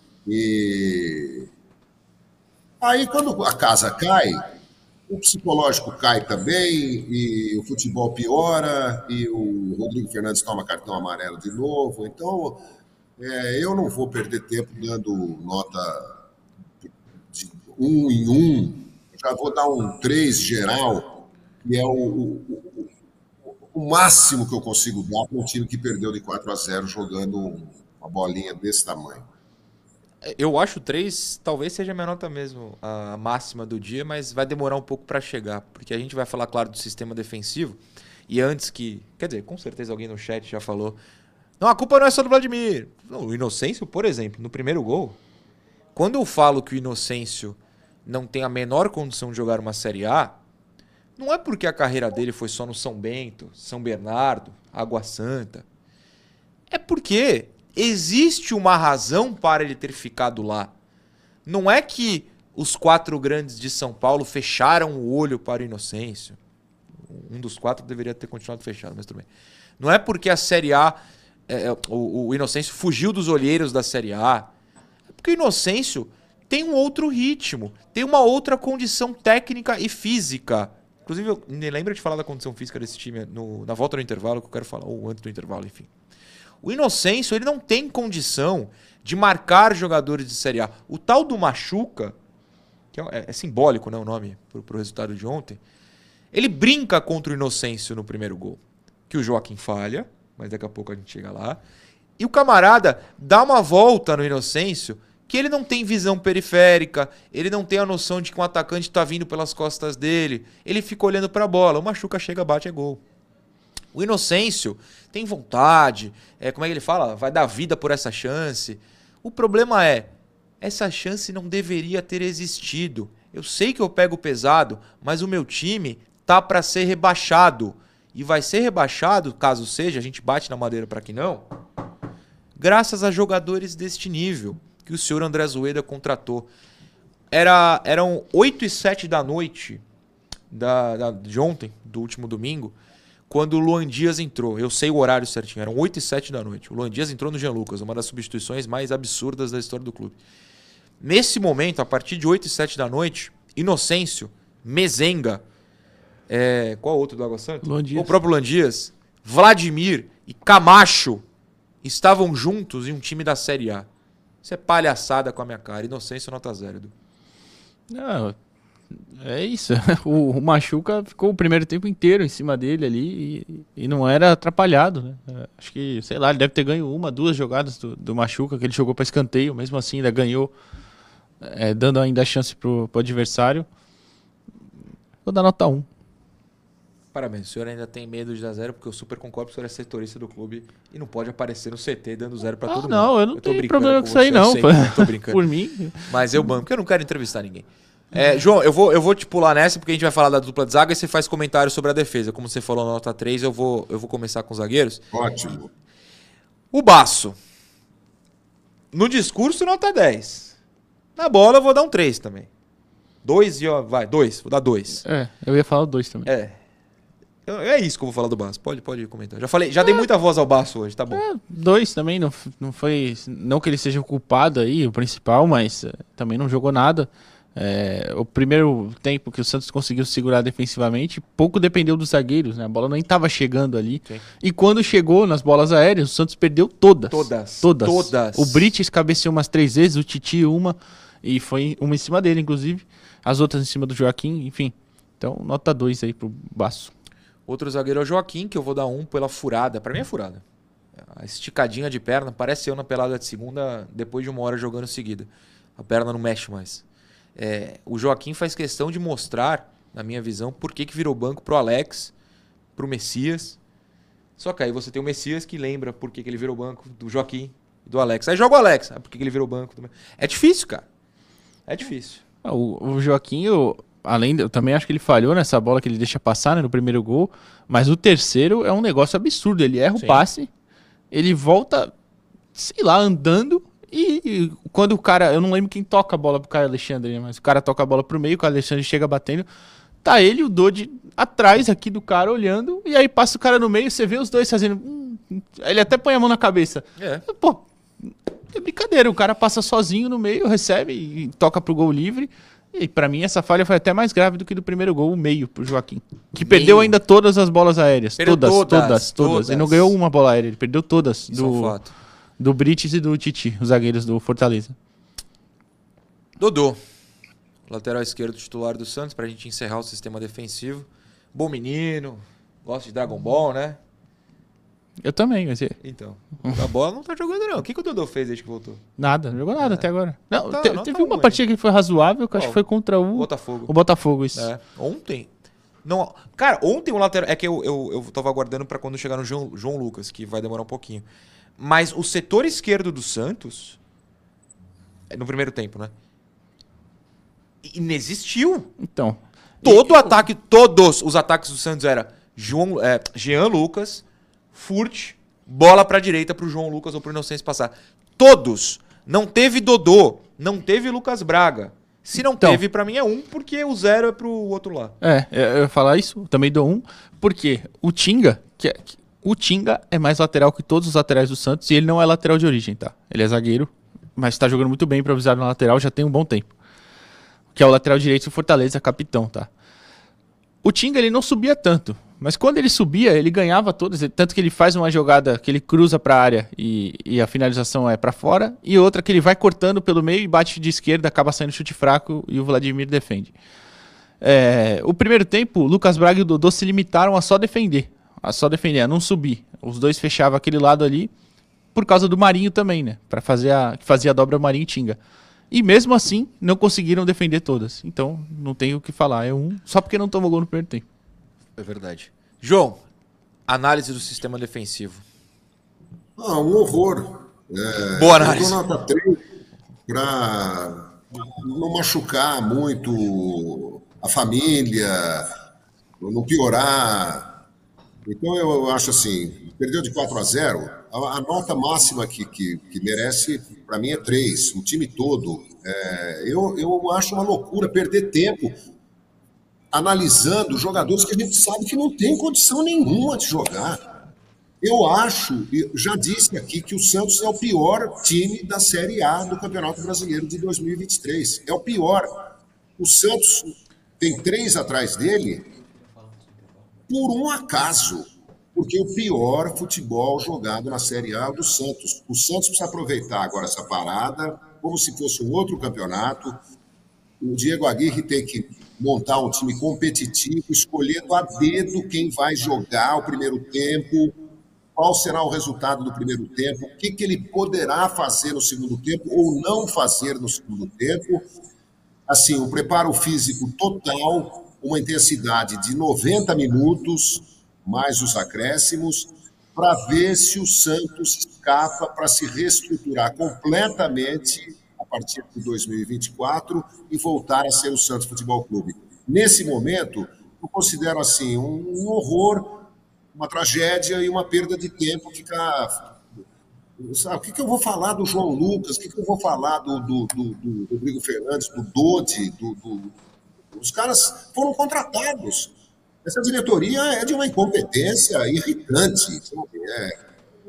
E aí, quando a casa cai, o psicológico cai também, e o futebol piora, e o Rodrigo Fernandes toma cartão amarelo de novo. Então, é, eu não vou perder tempo dando nota de um em um. Já vou dar um três geral, que é o, o, o máximo que eu consigo dar para um time que perdeu de quatro a zero jogando uma bolinha desse tamanho. Eu acho três, talvez seja a minha nota mesmo, a máxima do dia, mas vai demorar um pouco para chegar, porque a gente vai falar, claro, do sistema defensivo, e antes que, quer dizer, com certeza alguém no chat já falou, não, a culpa não é só do Vladimir. Não, o Inocêncio, por exemplo, no primeiro gol, quando eu falo que o Inocêncio não tem a menor condição de jogar uma Série A, não é porque a carreira dele foi só no São Bento, São Bernardo, Água Santa, é porque existe uma razão para ele ter ficado lá. Não é que os quatro grandes de São Paulo fecharam o olho para o Inocêncio. Um dos quatro deveria ter continuado fechado, mas tudo bem. Não é porque a Série A, é, o, o Inocêncio fugiu dos olheiros da Série A. É porque o Inocêncio tem um outro ritmo, tem uma outra condição técnica e física. Inclusive, eu me lembro de falar da condição física desse time no, na volta do intervalo, que eu quero falar, ou antes do intervalo, enfim. O Inocêncio, ele não tem condição de marcar jogadores de Série A. O tal do Machuca, que é, é simbólico, né, o nome pro, pro resultado de ontem, ele brinca contra o Inocêncio no primeiro gol. Que o Joaquim falha, mas daqui a pouco a gente chega lá. E o camarada dá uma volta no Inocêncio que ele não tem visão periférica, ele não tem a noção de que um atacante tá vindo pelas costas dele, ele fica olhando pra bola, o Machuca chega, bate, é gol. O Inocêncio tem vontade, é, como é que ele fala? Vai dar vida por essa chance. O problema é, essa chance não deveria ter existido. Eu sei que eu pego pesado, mas o meu time tá pra ser rebaixado. E vai ser rebaixado, caso seja, a gente bate na madeira pra que não, graças a jogadores deste nível que o senhor André Zoeda contratou. Era, eram oito e sete da noite da, da, de ontem, do último domingo, quando o Luan Dias entrou. Eu sei o horário certinho, eram oito e sete da noite. O Luan Dias entrou no Jean Lucas, uma das substituições mais absurdas da história do clube. Nesse momento, a partir de oito e sete da noite, Inocêncio, Mezenga, é, qual outro do Água Santa? O próprio Luan Dias, Vladimir e Camacho estavam juntos em um time da Série A. Isso é palhaçada com a minha cara. Inocêncio nota zero, Edu. Não, é isso. O, o Machuca ficou o primeiro tempo inteiro em cima dele ali e, e não era atrapalhado, né? Acho que, sei lá, ele deve ter ganho uma, duas jogadas do, do Machuca, que ele jogou para escanteio, mesmo assim ainda ganhou, é, dando ainda a chance pro, pro adversário. Vou dar nota um. Parabéns, o senhor ainda tem medo de dar zero, porque eu super concordo que o senhor é setorista do clube e não pode aparecer no C T dando zero pra ah, todo mundo. Não, eu não eu tenho problema com isso aí, não. Sei, eu tô brincando. Por mim. Mas eu banco, porque eu não quero entrevistar ninguém. É, João, eu vou, eu vou te pular nessa, porque a gente vai falar da dupla de zaga e você faz comentário sobre a defesa. Como você falou na nota três, eu vou, eu vou começar com os zagueiros. Ótimo. O Basso. No discurso, nota dez. Na bola, eu vou dar um três também. dois e ó, vai, dois. Vou dar dois. É, eu ia falar o dois também. É. É isso que eu vou falar do Basso. Pode, pode comentar. Já falei, já dei muita voz ao Basso hoje, tá bom. É, dois também, não, não foi. Não que ele seja o culpado aí, o principal, mas é, também não jogou nada. É, o primeiro tempo que o Santos conseguiu segurar defensivamente, pouco dependeu dos zagueiros, né? A bola nem estava chegando ali. Sim. E quando chegou nas bolas aéreas, o Santos perdeu todas. Todas. Todas. Todas. O Brites cabeceou umas três vezes, o Titi uma, e foi uma em cima dele, inclusive. As outras em cima do Joaquim, enfim. Então, nota dois aí pro Basso. Outro zagueiro é o Joaquim, que eu vou dar um pela furada. Pra mim é furada. A esticadinha de perna, parece eu na pelada de segunda, depois de uma hora jogando seguida. A perna não mexe mais. É, o Joaquim faz questão de mostrar, na minha visão, por que, que virou banco pro Alex, pro Messias. Só que aí você tem o Messias que lembra por que, que ele virou banco do Joaquim e do Alex. Aí joga o Alex, ah, por que, que ele virou banco também. É difícil, cara. É difícil. O, o Joaquim, eu, além de, eu também acho que ele falhou nessa bola que ele deixa passar, né, no primeiro gol, mas o terceiro é um negócio absurdo. Ele erra Sim. o passe, ele volta, sei lá, andando, e, e quando o cara, eu não lembro quem toca a bola pro Caio Alexandre, né, mas o cara toca a bola pro meio, o Caio Alexandre chega batendo, tá ele e o Dodi atrás aqui do cara olhando, e aí passa o cara no meio, você vê os dois fazendo, hum, ele até põe a mão na cabeça. É. Pô, é brincadeira, o cara passa sozinho no meio, recebe e toca pro gol livre. E pra mim essa falha foi até mais grave do que do primeiro gol, o meio pro Joaquim. Que meio. Perdeu ainda todas as bolas aéreas. Todas, todas, todas, todas. Ele não ganhou uma bola aérea, ele perdeu todas. Isso do, é um fato. Do Brites e do Titi, os zagueiros do Fortaleza. Dodô, lateral esquerdo titular do Santos, pra gente encerrar o sistema defensivo. Bom menino, gosta de Dragon Ball, né? Eu também, vai ser. Então, a bola não tá jogando não. O que, que o Dodô fez desde que voltou? Nada, não jogou nada é. até agora. Não, tá, te, não teve tá uma ruim. partida que foi razoável, que oh, acho que foi contra o Botafogo. O Botafogo, isso. É. Ontem. Não, cara, ontem o lateral. É que eu, eu, eu tava aguardando pra quando chegar no João, João Lucas, que vai demorar um pouquinho. Mas o setor esquerdo do Santos, no primeiro tempo, né? Inexistiu. Então. Todo o ataque, todos os ataques do Santos era João, é, Jean Lucas, Furt, bola pra direita pro João Lucas ou pro Inocêncio passar. Todos. Não teve Dodô, não teve Lucas Braga. Se não então, teve, pra mim é um, porque o zero é pro outro lado. É, eu ia falar isso, também dou um, porque o Tinga, que é, o Tinga é mais lateral que todos os laterais do Santos e ele não é lateral de origem, tá? Ele é zagueiro, mas tá jogando muito bem improvisado na lateral, já tem um bom tempo. Que é o lateral direito do Fortaleza, capitão, tá? O Tinga, ele não subia tanto, mas quando ele subia, ele ganhava todas, tanto que ele faz uma jogada que ele cruza pra área e, e a finalização é pra fora, e outra que ele vai cortando pelo meio e bate de esquerda, acaba saindo chute fraco e o Vladimir defende. É, o primeiro tempo, o Lucas Braga e o Dodô se limitaram a só defender, a só defender, a não subir. Os dois fechavam aquele lado ali, por causa do Marinho também, né? Para fazer a que fazia a dobra Marinho e Tinga. E mesmo assim, não conseguiram defender todas. Então, não tenho o que falar. É um só porque não tomou gol no primeiro tempo. É verdade. João, análise do sistema defensivo. Ah, um horror. É, Boa análise. Eu dou nota três para não machucar muito a família, não piorar. Então, eu acho assim, perdeu de quatro a zero, a, a nota máxima que, que, que merece, para mim, é três. O time todo. É, eu, eu acho uma loucura perder tempo analisando jogadores que a gente sabe que não tem condição nenhuma de jogar. Eu acho, já disse aqui, que o Santos é o pior time da Série A do Campeonato Brasileiro de dois mil e vinte e três. É o pior. O Santos tem três atrás dele por um acaso, porque o pior futebol jogado na Série A é o do Santos. O Santos precisa aproveitar agora essa parada como se fosse um outro campeonato. O Diego Aguirre tem que montar um time competitivo, escolhendo a dedo quem vai jogar o primeiro tempo, qual será o resultado do primeiro tempo, o que, que ele poderá fazer no segundo tempo ou não fazer no segundo tempo. Assim, um preparo físico total, uma intensidade de noventa minutos, mais os acréscimos, para ver se o Santos escapa para se reestruturar completamente a partir de dois mil e vinte e quatro e voltar a ser o Santos Futebol Clube. Nesse momento, eu considero assim um, um horror, uma tragédia e uma perda de tempo ficar... Sabe, o que, que eu vou falar do João Lucas? O que, que eu vou falar do, do, do, do Rodrigo Fernandes, do Dodi? Do, do... Os caras foram contratados. Essa diretoria é de uma incompetência irritante. É,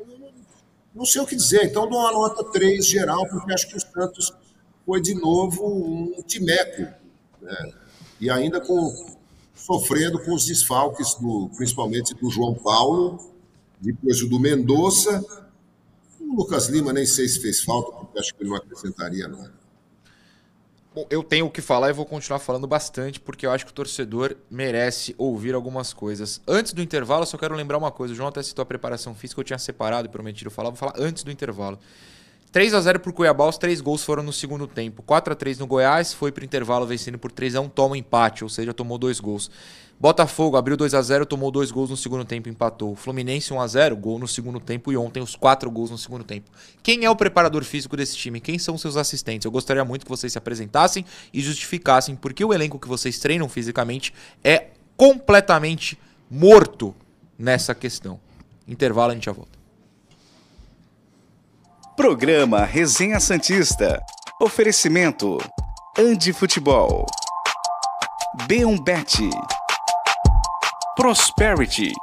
não sei o que dizer. Então, dou uma nota três geral, porque acho que o Santos foi, de novo, um timeco. Né? E ainda com, sofrendo com os desfalques, do, principalmente do João Paulo, depois o do Mendonça. O Lucas Lima nem sei se fez falta, porque acho que ele não acrescentaria nada. Bom, eu tenho o que falar e vou continuar falando bastante, porque eu acho que o torcedor merece ouvir algumas coisas. Antes do intervalo, eu só quero lembrar uma coisa. O João até citou a preparação física, eu tinha separado e prometido falar. Vou falar antes do intervalo. três a zero para o Cuiabá, os três gols foram no segundo tempo. quatro a três no Goiás, foi para o intervalo vencendo por três a um, toma empate, ou seja, tomou dois gols. Botafogo abriu dois a zero, tomou dois gols no segundo tempo, empatou. Fluminense um a zero, gol no segundo tempo, e ontem os quatro gols no segundo tempo. Quem é o preparador físico desse time? Quem são seus assistentes? Eu gostaria muito que vocês se apresentassem e justificassem porque o elenco que vocês treinam fisicamente é completamente morto nessa questão. Intervalo, a gente já volta. Programa Resenha Santista. Oferecimento Andi Futebol, B um Bet, Prosperity.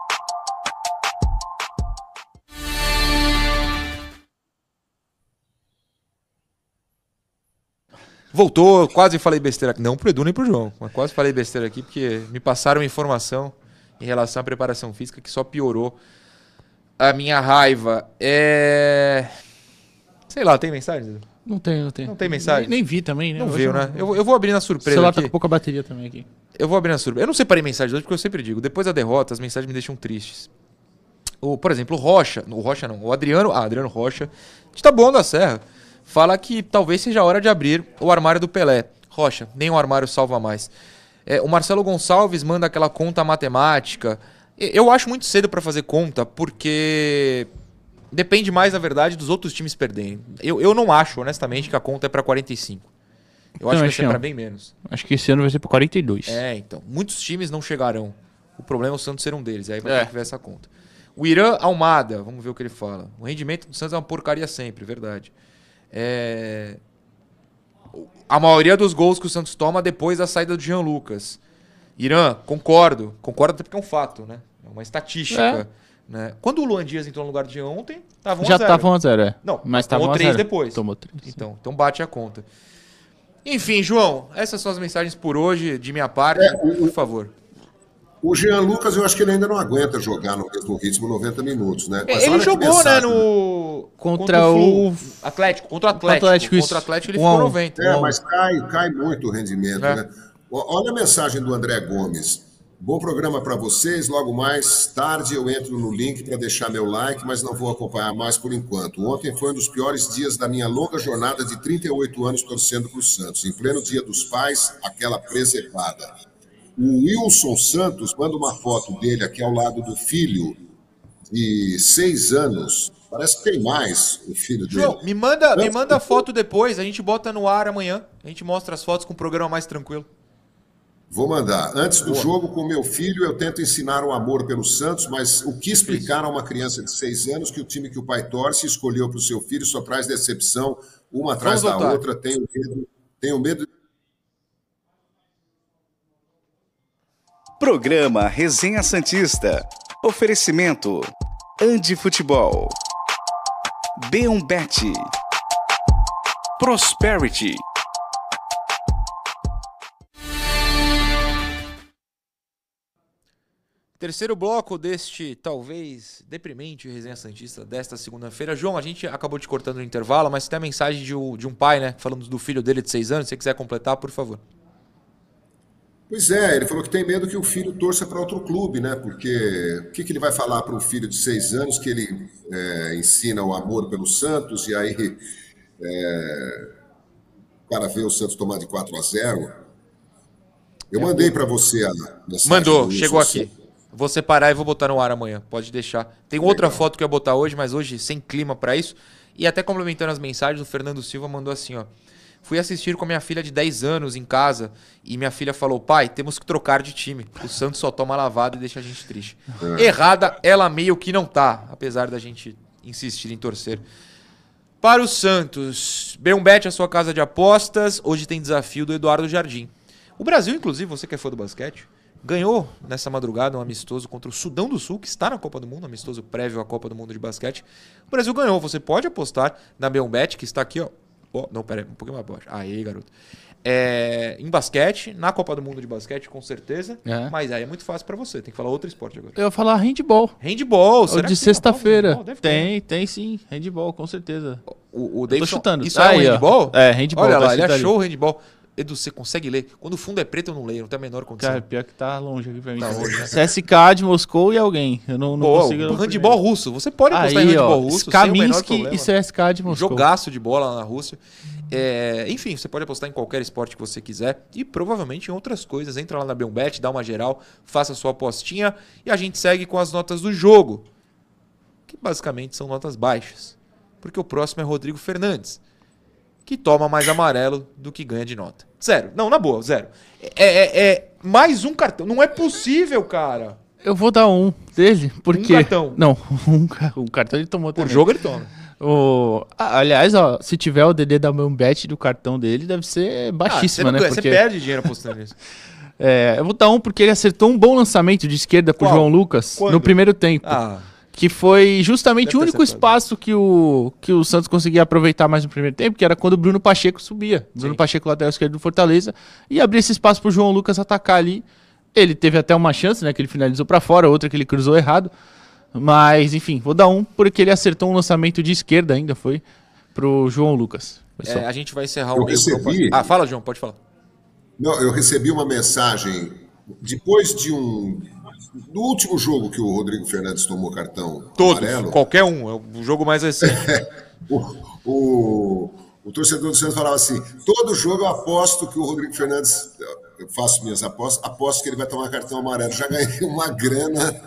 Voltou, quase falei besteira aqui. Não pro Edu nem pro João, mas quase falei besteira aqui porque me passaram informação em relação à preparação física que só piorou a minha raiva. É... Sei lá, tem mensagem? Não tem, não tem. Não tem mensagem? Nem, nem vi também, né? Não Hoje viu, né? Eu, eu vou abrir na surpresa. O celular aqui. tá com pouca bateria também aqui. Eu vou abrir na surpresa. Eu não separei mensagens hoje porque eu sempre digo, depois da derrota, as mensagens me deixam tristes. O, por exemplo, o Rocha, o Rocha não, o Adriano, ah, Adriano Rocha, de Taboão da Serra, fala que talvez seja a hora de abrir o armário do Pelé. Rocha, nem o armário salva mais. É, o Marcelo Gonçalves manda aquela conta matemática. Eu acho muito cedo para fazer conta, porque depende mais, na verdade, dos outros times perderem. Eu, eu não acho, honestamente, que a conta é para quarenta e cinco. Eu acho que vai ser para bem menos. Acho que esse ano vai ser para quarenta e dois. É, então. Muitos times não chegarão. O problema é o Santos ser um deles. Aí vai É. ter que ver essa conta. O Irã Almada, vamos ver o que ele fala. O rendimento do Santos é uma porcaria sempre, verdade. É... A maioria dos gols que o Santos toma depois da saída do Jean Lucas. Irã, concordo. Concordo até porque é um fato, né? É uma estatística. É. Né? Quando o Luan Dias entrou no lugar de Jean ontem, tava um Já a zero. tava um a zero, é. Não, mas tomou tava um a três zero. depois. Tomou três. Então, então bate a conta. Enfim, João, essas são as mensagens por hoje, de minha parte, É, o- por favor. O Jean Lucas, eu acho que ele ainda não aguenta jogar no mesmo ritmo noventa minutos, né? Mas olha Ele que jogou, né, mensagem. no... Contra Flu. o- Atlético, contra o Atlético. Atlético, isso. Contra o Atlético ele Um ficou a um. noventa. É, mas cai, cai muito o rendimento, É. né? O- Olha a mensagem do André Gomes. Bom programa para vocês. Logo mais tarde eu entro no link para deixar meu like, mas não vou acompanhar mais por enquanto. Ontem foi um dos piores dias da minha longa jornada de trinta e oito anos torcendo para o Santos. Em pleno Dia dos Pais, aquela preservada. O Wilson Santos manda uma foto dele aqui ao lado do filho de seis anos. Parece que tem mais o filho dele. João, me manda, me manda a foto depois, a gente bota no ar amanhã. A gente mostra as fotos com um programa mais tranquilo. Vou mandar. Antes do Boa. jogo com meu filho, eu tento ensinar o amor pelo Santos, mas o que explicar a uma criança de seis anos que o time que o pai torce escolheu para o seu filho só traz decepção, uma atrás Vamos da voltar. outra. Tenho medo, tenho medo. Programa Resenha Santista. Oferecimento Andi Futebol, B um Bet, Prosperity. Terceiro bloco deste, talvez, deprimente Resenha Santista desta segunda-feira. João, a gente acabou te cortando no intervalo, mas tem a mensagem de um, de um pai, né? Falando do filho dele de seis anos. Se você quiser completar, por favor. Pois é, ele falou que tem medo que o filho torça para outro clube, né? Porque o que, que ele vai falar para o filho de seis anos que ele é, ensina o amor pelo Santos e aí é, o cara vê o Santos tomar de quatro a zero? Eu é, mandei para você a mensagem. Mandou, chegou aqui. Vou separar e vou botar no ar amanhã, pode deixar. Tem outra Legal. foto que eu ia botar hoje, mas hoje sem clima para isso. E até complementando as mensagens, o Fernando Silva mandou assim, ó. Fui assistir com a minha filha de dez anos em casa e minha filha falou, pai, temos que trocar de time. O Santos só toma lavada e deixa a gente triste. É. Errada, ela meio que não tá, apesar da gente insistir em torcer. Para o Santos, B um Bet, a sua casa de apostas. Hoje tem desafio do Eduardo Jardim. O Brasil, inclusive, você que é fã do basquete, ganhou nessa madrugada um amistoso contra o Sudão do Sul, que está na Copa do Mundo, amistoso prévio à Copa do Mundo de basquete. O Brasil ganhou, você pode apostar na B um Bet, que está aqui, ó. Oh, não, pera aí, um pouquinho mais baixo. Aí, garoto. É, em basquete, na Copa do Mundo de basquete, com certeza. É. Mas aí é muito fácil pra você, tem que falar outro esporte agora. Eu ia falar handball. Handball, será de sexta-feira. Tem, tem sim, handball, com certeza. O, o Davidson, tô chutando. Isso ah, é um handball? É, handball. Olha lá, ele achou o handball. Edu, você consegue ler? Quando o fundo é preto, eu não leio, não tem a menor condição. Cara, pior que tá longe aqui pra mim. Tá longe, né? C S K A de Moscou e alguém. Eu não, não Pô, consigo... Handball russo. Você pode apostar em handball russo Kaminsky e C S K A de Moscou. Jogaço de bola na Rússia. É, enfim, você pode apostar em qualquer esporte que você quiser e provavelmente em outras coisas. Entra lá na B um Bet, dá uma geral, faça a sua apostinha e a gente segue com as notas do jogo, que basicamente são notas baixas. Porque o próximo é Rodrigo Fernandes, que toma mais amarelo do que ganha de nota. Zero. Não, na boa, zero. É, é, é mais um cartão. Não é possível, cara. Eu vou dar um dele, porque... Um cartão. Não, um, um cartão ele tomou também. Por jogo ele toma. O... Ah, aliás, ó, se tiver o D D da B um Bet do cartão dele, deve ser baixíssima, ah, né? Você porque... perde dinheiro apostando nisso. É, eu vou dar um porque ele acertou um bom lançamento de esquerda pro Qual? João Lucas Quando? no primeiro tempo. Ah... Que foi justamente Deve o único espaço que o, que o Santos conseguia aproveitar mais no primeiro tempo, que era quando o Bruno Pacheco subia. Sim. Bruno Pacheco, lateral esquerdo do Fortaleza, e abria esse espaço pro João Lucas atacar ali. Ele teve até uma chance, né, que ele finalizou para fora, outra que ele cruzou errado. Mas, enfim, vou dar um, porque ele acertou um lançamento de esquerda ainda, foi pro João Lucas. É, a gente vai encerrar o meio recebi... Ah, fala, João, pode falar. Não, eu recebi uma mensagem, depois de um... No último jogo que o Rodrigo Fernandes tomou cartão Todos, amarelo... qualquer um, é o jogo mais recente. o, o, o torcedor do Santos falava assim, todo jogo eu aposto que o Rodrigo Fernandes, eu faço minhas apostas, aposto que ele vai tomar cartão amarelo. Já ganhei uma grana.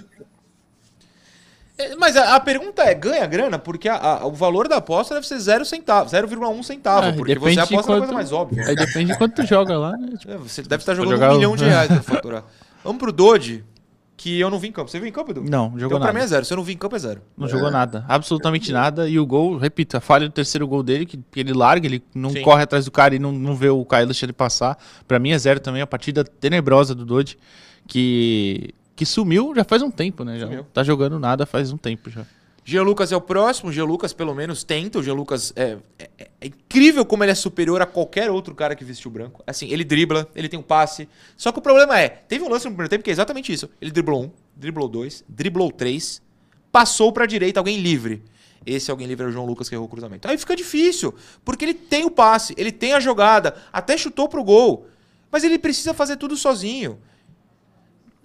Mas a, a pergunta é, ganha grana? Porque a, a, o valor da aposta deve ser zero centavo, zero vírgula um centavo, ah, porque você aposta quanto, na coisa mais óbvia. Aí depende de quanto tu joga lá, né? Tipo, é, você deve estar jogando um milhão de reais pra faturar. Vamos pro Dodge, que eu não vi em campo. Você viu em campo, Edu? Não, jogou então, nada. Pra mim é zero. Se eu não vi em campo, é zero. Não é. jogou nada. Absolutamente nada. E o gol, repito, a falha do terceiro gol dele, que ele larga, ele não Sim. corre atrás do cara e não, não vê o Caio deixar ele passar. Pra mim é zero também. A partida tenebrosa do Dodge, que, que sumiu já faz um tempo, né? Já não tá jogando nada faz um tempo já. Jean Lucas é o próximo. O Jean Lucas pelo menos tenta. O Jean Lucas é, é, é incrível como ele é superior a qualquer outro cara que vestiu branco. Assim, ele dribla, ele tem um passe. Só que o problema é, teve um lance no primeiro tempo que é exatamente isso. Ele driblou um, driblou dois, driblou três, passou pra direita alguém livre. Esse alguém livre é o João Lucas que errou o cruzamento. Aí fica difícil, porque ele tem o passe, ele tem a jogada, até chutou pro gol. Mas ele precisa fazer tudo sozinho.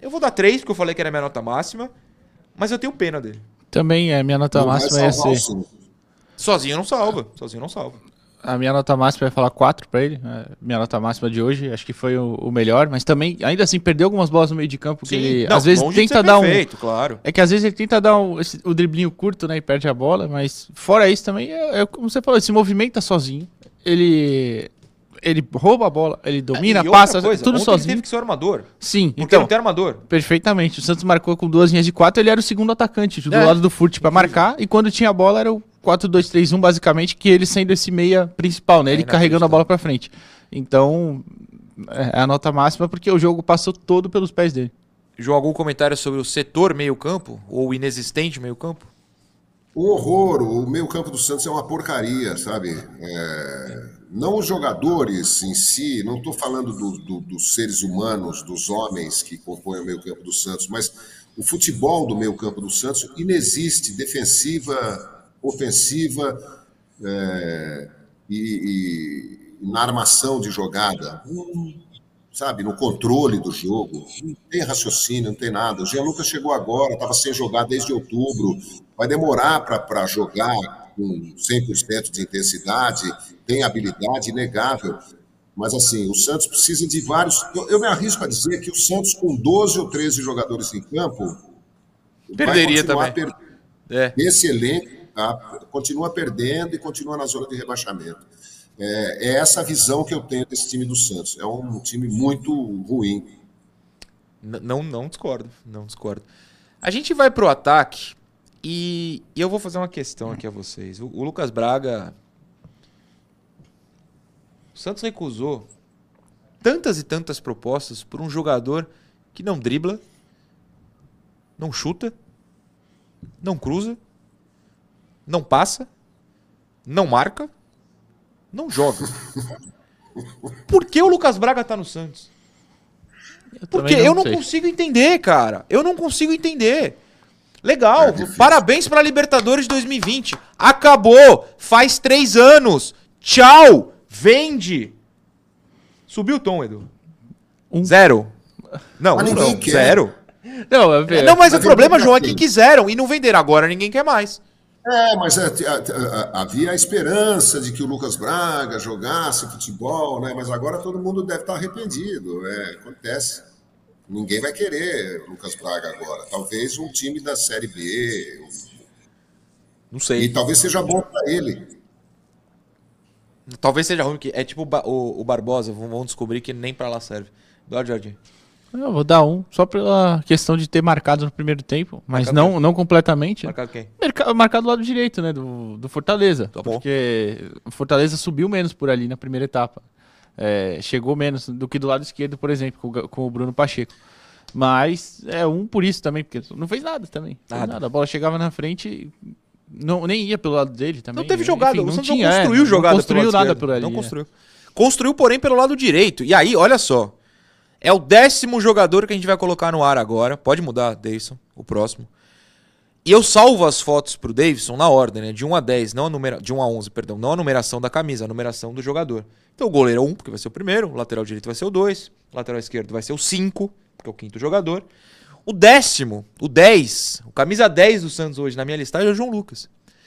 Eu vou dar três, porque eu falei que era a minha nota máxima, mas eu tenho pena dele. Também a minha nota Não vai máxima ia salvar o ser... Santos. Sozinho não salva, sozinho não salva. A minha nota máxima ia falar quatro pra ele. É, minha nota máxima de hoje, acho que foi o, o melhor, mas também, ainda assim, perdeu algumas bolas no meio de campo, que ele não, às vezes longe de tenta ser dar perfeito, um... claro. É que às vezes ele tenta dar um, esse, o driblinho curto, né, e perde a bola, mas fora isso também, é, é como você falou, ele se movimenta sozinho, ele... Ele rouba a bola, ele domina, E outra passa, coisa, tudo ontem sozinho. Ele teve que ser o armador. Sim, Porque então, não tem armador. perfeitamente. O Santos marcou com duas linhas de quatro, ele era o segundo atacante, do É. lado do Furt pra marcar, e quando tinha a bola era o quatro dois três um, basicamente, que ele sendo esse meia principal, né? É Ele carregando a bola pra frente. Então, é a nota máxima porque o jogo passou todo pelos pés dele. João, algum comentário sobre o setor meio-campo? Ou o inexistente meio-campo? Um horror, o meio campo do Santos é uma porcaria, sabe? É, não os jogadores em si, não estou falando do, do, dos seres humanos, dos homens que compõem o meio campo do Santos, mas o futebol do meio campo do Santos inexiste, defensiva, ofensiva é, e, e na armação de jogada, hum, sabe? No controle do jogo, não tem raciocínio, não tem nada. O Jean Lucas chegou agora, estava sem jogar desde outubro, vai demorar para jogar com cem por cento de intensidade, tem habilidade inegável. Mas, assim, o Santos precisa de vários... Eu, eu me arrisco a dizer que o Santos, com doze ou treze jogadores em campo, Perderia vai continuar também. Per... É. Esse elenco tá? Continua perdendo e continua na zona de rebaixamento. É, é essa a visão que eu tenho desse time do Santos. É um time muito ruim. N- Não, não discordo, não discordo. A gente vai pro ataque e, e eu vou fazer uma questão aqui a vocês. O, o Lucas Braga... O Santos recusou tantas e tantas propostas por um jogador que não dribla, não chuta, não cruza, não passa, não marca, não joga. Por que o Lucas Braga tá no Santos? Eu Porque também eu não sei. consigo entender, cara. Eu não consigo entender. Legal, É difícil. parabéns pra Libertadores de dois mil e vinte. Acabou, faz três anos. Tchau, vende. Subiu o tom, Edu. Um. Zero. Não, Mas um ninguém não, quer. zero. Não, é, É, não, mas Mas o problema, vender João, é pra que quem? quiseram e não venderam. Agora ninguém quer mais. É, mas é, a- a- havia a esperança de que o Lucas Braga jogasse futebol, né? Mas agora todo mundo deve estar arrependido. É, acontece. Ninguém vai querer o Lucas Braga agora. Talvez um time da Série B. Não E sei. talvez seja bom para ele. Talvez seja ruim, porque é tipo o, Ba- o- o Barbosa. Vão vão descobrir que nem pra lá serve. Eduardo Jardim. Eu vou dar um, só pela questão de ter marcado no primeiro tempo, mas Marcado não, não completamente. Marcado quem? Merca- Marcado do lado direito, né, do, do Fortaleza. Tá bom. Porque o Fortaleza subiu menos por ali na primeira etapa. É, chegou menos do que do lado esquerdo, por exemplo, com, o Ga- com o Bruno Pacheco. Mas é um por isso também, porque não fez nada também. Não fez Nada. nada. A bola chegava na frente e não, nem ia pelo lado dele também. Não teve jogada. Enfim, o não Santos tinha, não é, construiu não jogada construiu pelo lado nada esquerdo. por ali. Não é. construiu. Construiu, porém, pelo lado direito. E aí, olha só. É o décimo jogador que a gente vai colocar no ar agora. Pode mudar, Davidson, o próximo. E eu salvo as fotos pro Davidson na ordem, né? De um a dez, não a numera... de um a onze, perdão. Não a numeração da camisa, a numeração do jogador. Então o goleiro é um, porque vai ser o primeiro. O lateral direito vai ser o dois. O lateral esquerdo vai ser o cinco, porque é o quinto jogador. O décimo, o dez, o camisa dez do Santos hoje na minha listagem é o João Lucas.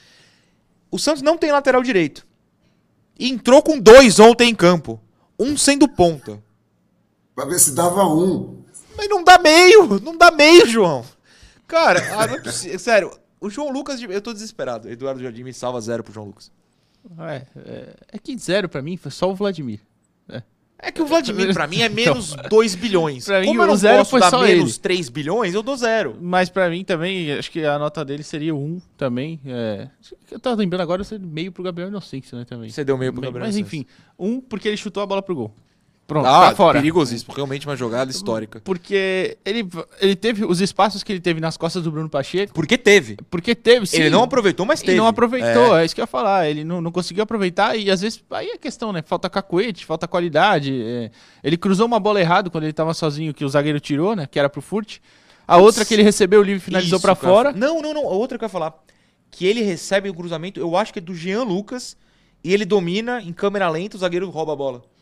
O Santos não tem lateral direito. E entrou com dois ontem em campo. Um sendo ponta. Para ver se dava um. Mas não dá meio, não dá meio, João. Cara, ah, não é possível. Sério, o João Lucas, eu tô desesperado. Eduardo Jardim me salva zero pro João Lucas. É, é, é que zero pra mim foi só o Vladimir. É que o Vladimir, pra mim, é menos dois bilhões. Pra mim, Como eu o não zero posso foi dar só menos ele. três bilhões, eu dou zero. Mas pra mim também, acho que a nota dele seria um também. É, eu tava lembrando agora, eu seria meio pro Gabriel Inocêncio, né, também. Você deu meio pro Gabriel Mas Inocêncio. enfim, um porque ele chutou a bola pro gol. Pronto, Ah, tá fora. perigosíssimo. Realmente uma jogada histórica. Porque ele, ele teve os espaços que ele teve nas costas do Bruno Pacheco, Porque teve. porque teve, sim. Ele não aproveitou, mas teve. Ele não aproveitou, É. é. isso que eu ia falar. Ele não, não conseguiu aproveitar e às vezes aí é questão, né? Falta cacuete, falta qualidade. é. Ele cruzou uma bola errado quando ele tava sozinho, que o zagueiro tirou, né? Que era pro Furt. A outra que ele recebeu o livre e finalizou Isso, pra cara. fora. Não, não, não. A outra que eu ia falar. Que ele recebe o cruzamento, eu acho que é do Jean Lucas. E ele domina em câmera lenta, o zagueiro rouba a bola.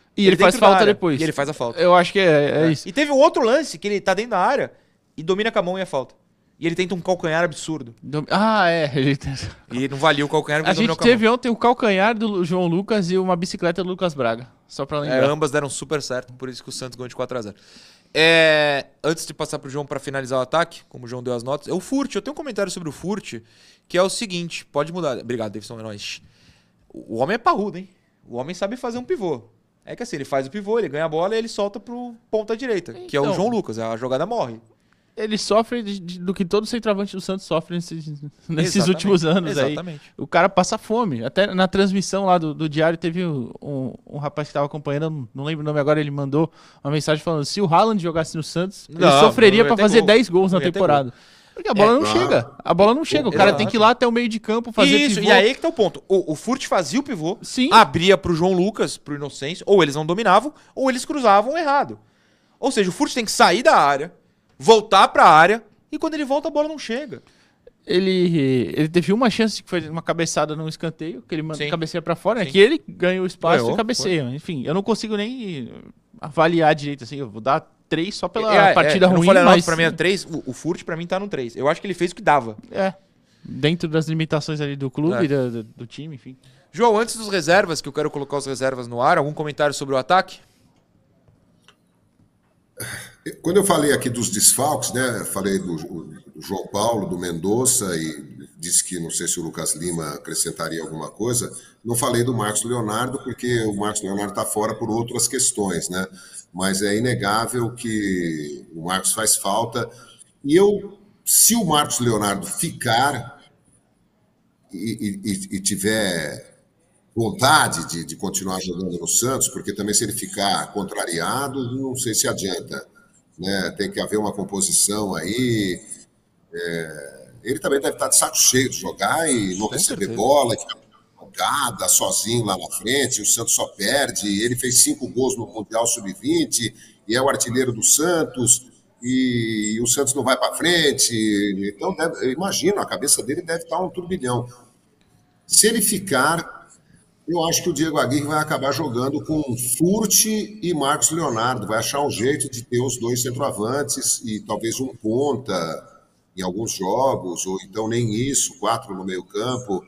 E ele, ele faz falta depois. E ele faz a falta. Eu acho que é, é, é isso. E teve um outro lance que ele tá dentro da área e domina com a mão e é falta. E ele tenta um calcanhar absurdo. Ah, é. Ele... E não valia o calcanhar. A gente teve ontem o calcanhar do João Lucas e uma bicicleta do Lucas Braga. Só pra lembrar. É, ambas deram super certo, por isso que o Santos ganhou de quatro a zero. É, antes de passar pro João para finalizar o ataque, como o João deu as notas, é o Furt. Eu tenho um comentário sobre o Furt, que é o seguinte, pode mudar. Obrigado, Davidson, é nóis. O homem é parrudo, hein? O homem sabe fazer um pivô. É que assim, ele faz o pivô, ele ganha a bola e ele solta pro ponta direita, então, que é o João Lucas, a jogada morre. Ele sofre de, de, do que todo centroavante do Santos sofre nesses, nesses últimos anos. Exatamente. Aí. O cara passa fome. Até na transmissão lá do, do Diário teve um, um, um rapaz que estava acompanhando, não lembro o nome agora, ele mandou uma mensagem falando se o Haaland jogasse no Santos, não, ele sofreria para fazer gol. dez gols não na temporada. Porque a bola é, não claro. chega. A bola não chega. O cara Exato. tem que ir lá até o meio de campo fazer Isso, pivô. E aí que tá o ponto. O, o Furt fazia o pivô, Sim. abria pro João Lucas, pro Inocêncio, ou eles não dominavam, ou eles cruzavam errado. Ou seja, o Furt tem que sair da área, voltar pra área, e quando ele volta a bola não chega. Ele, ele teve uma chance que foi uma cabeçada num escanteio, que ele manda cabeceia pra fora, né? Que ele ganhou o espaço ganhou, e cabeceia. Foi. Enfim, eu não consigo nem avaliar direito, assim, eu vou dar três só pela é, partida é, ruim. Eu não falei mas... pra mim é três, o, o Furt pra mim tá no três. Eu acho que ele fez o que dava. É, dentro das limitações ali do clube, é. do, do, do time, enfim. João, antes dos reservas, que eu quero colocar os reservas no ar, algum comentário sobre o ataque? Quando eu falei aqui dos desfalques, né, falei do, do João Paulo, do Mendonça e disse que não sei se o Lucas Lima acrescentaria alguma coisa, não falei do Marcos Leonardo porque o Marcos Leonardo está fora por outras questões, né? Mas é inegável que o Marcos faz falta e eu, se o Marcos Leonardo ficar e, e, e tiver vontade de, de continuar jogando no Santos, porque também se ele ficar contrariado, não sei se adianta. Né? Tem que haver uma composição aí. É... Ele também deve estar de saco cheio de jogar e não receber bola, e ficar jogada sozinho lá na frente. O Santos só perde. Ele fez cinco gols no Mundial sub vinte e é o artilheiro do Santos. E, e o Santos não vai para frente. Então, deve... eu imagino, a cabeça dele deve estar um turbilhão. Se ele ficar, eu acho que o Diego Aguirre vai acabar jogando com Furt e Marcos Leonardo. Vai achar um jeito de ter os dois centroavantes e talvez um ponta em alguns jogos, ou então nem isso, quatro no meio campo.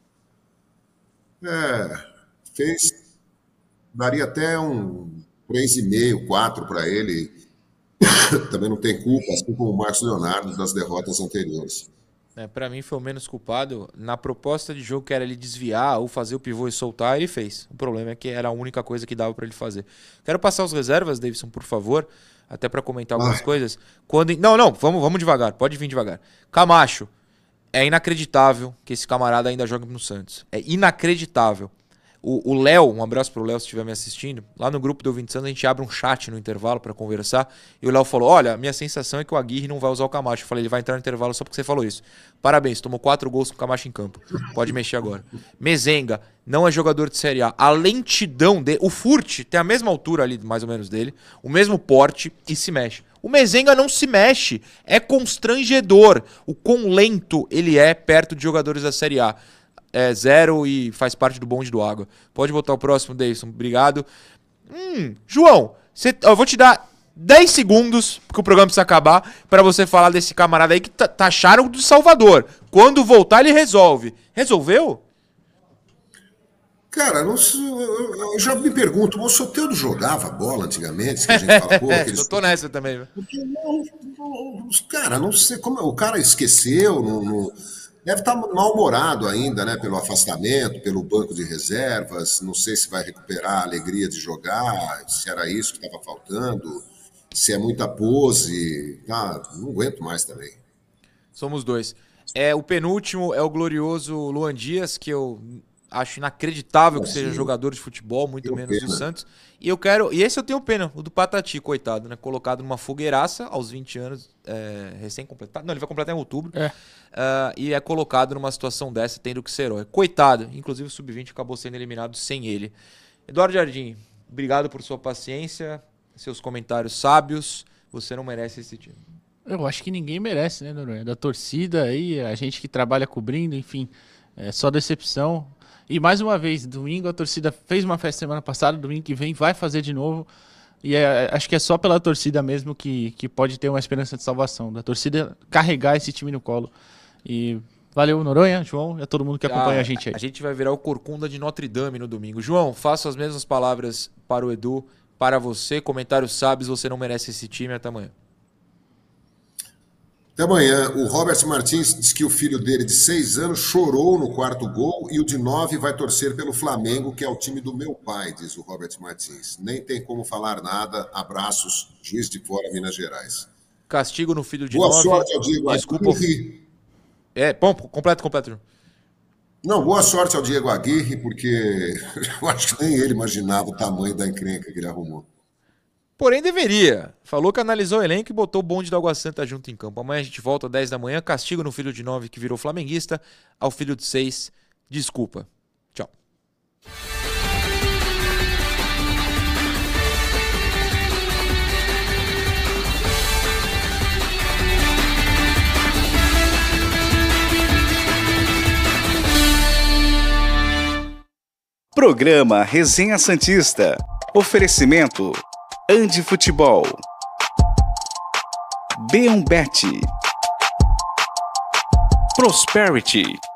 É, fez, daria até um três e meio, quatro para ele. Também não tem culpa, assim como o Marcos Leonardo das derrotas anteriores. É, para mim foi o menos culpado. Na proposta de jogo que era ele desviar ou fazer o pivô e soltar, ele fez. O problema é que era a única coisa que dava para ele fazer. Quero passar os reservas, Davidson, por favor, até para comentar algumas Ai. coisas. Quando... Não, não, vamos, vamos devagar, pode vir devagar. Camacho, é inacreditável que esse camarada ainda jogue no Santos. É inacreditável. O Léo, um abraço pro Léo se estiver me assistindo, lá no grupo do Ouvinte Santos a gente abre um chat no intervalo para conversar, e o Léo falou, olha, minha sensação é que o Aguirre não vai usar o Camacho. Eu falei, ele vai entrar no intervalo só porque você falou isso. Parabéns, tomou quatro gols com o Camacho em campo. Pode mexer agora. Mezenga, não é jogador de Série A. A lentidão dele, o Furt tem a mesma altura ali, mais ou menos dele, o mesmo porte e se mexe. O Mezenga não se mexe, é constrangedor o quão lento ele é perto de jogadores da Série A. É zero e faz parte do bonde do água. Pode botar o próximo, Davidson. Obrigado. Hum, João, cê, eu vou te dar dez segundos, porque o programa precisa acabar, para você falar desse camarada aí que taxaram do Salvador. Quando voltar, ele resolve. Resolveu? Cara, não, eu já me pergunto, o Soteldo jogava bola antigamente? Que a gente fala, pô, aqueles... Eu tô nessa também. Porque, não, não, cara, não sei como... O cara esqueceu, não... não... Deve estar mal-humorado ainda, né? Pelo afastamento, pelo banco de reservas. Não sei se vai recuperar a alegria de jogar, se era isso que estava faltando, se é muita pose. Ah, não aguento mais também. Somos dois. É, o penúltimo é o glorioso Luan Dias, que eu acho inacreditável que seja jogador de futebol, muito tenho menos pena. do Santos. E eu quero. E esse eu tenho pena, o do Patati, coitado, né? Colocado numa fogueiraça aos vinte anos, é, recém-completado. Não, ele vai completar em outubro. É. Uh, e é colocado numa situação dessa, tendo que ser herói. Coitado, inclusive o sub vinte acabou sendo eliminado sem ele. Eduardo Jardim, obrigado por sua paciência, seus comentários sábios. Você não merece esse time. Eu acho que ninguém merece, né, Noronha? Da torcida aí, a gente que trabalha cobrindo, enfim, é só decepção. E mais uma vez, domingo a torcida fez uma festa semana passada, domingo que vem vai fazer de novo. E é, acho que é só pela torcida mesmo que, que pode ter uma esperança de salvação. Da torcida carregar esse time no colo. E valeu, Noronha, João e a todo mundo que acompanha ah, a gente aí. A gente vai virar o Corcunda de Notre Dame no domingo. João, faço as mesmas palavras para o Edu, para você. Comentários sábios, você não merece esse time. Até amanhã. Até amanhã. O Robert Martins diz que o filho dele de seis anos chorou no quarto gol e o de nove vai torcer pelo Flamengo, que é o time do meu pai, diz o Robert Martins. Nem tem como falar nada. Abraços, Juiz de Fora, Minas Gerais. Castigo no filho de boa nove. Boa sorte ao Diego Desculpa. Aguirre. É, bom, completo, completo. Não, boa sorte ao Diego Aguirre, porque eu acho que nem ele imaginava o tamanho da encrenca que ele arrumou. Porém, deveria. Falou que analisou o elenco e botou o bonde do Água Santa junto em campo. Amanhã a gente volta às dez da manhã. Castigo no filho de nove que virou flamenguista. Ao filho de seis, desculpa. Tchau. Programa Resenha Santista. Oferecimento Andi Futebol, B um Bet, Prosperity.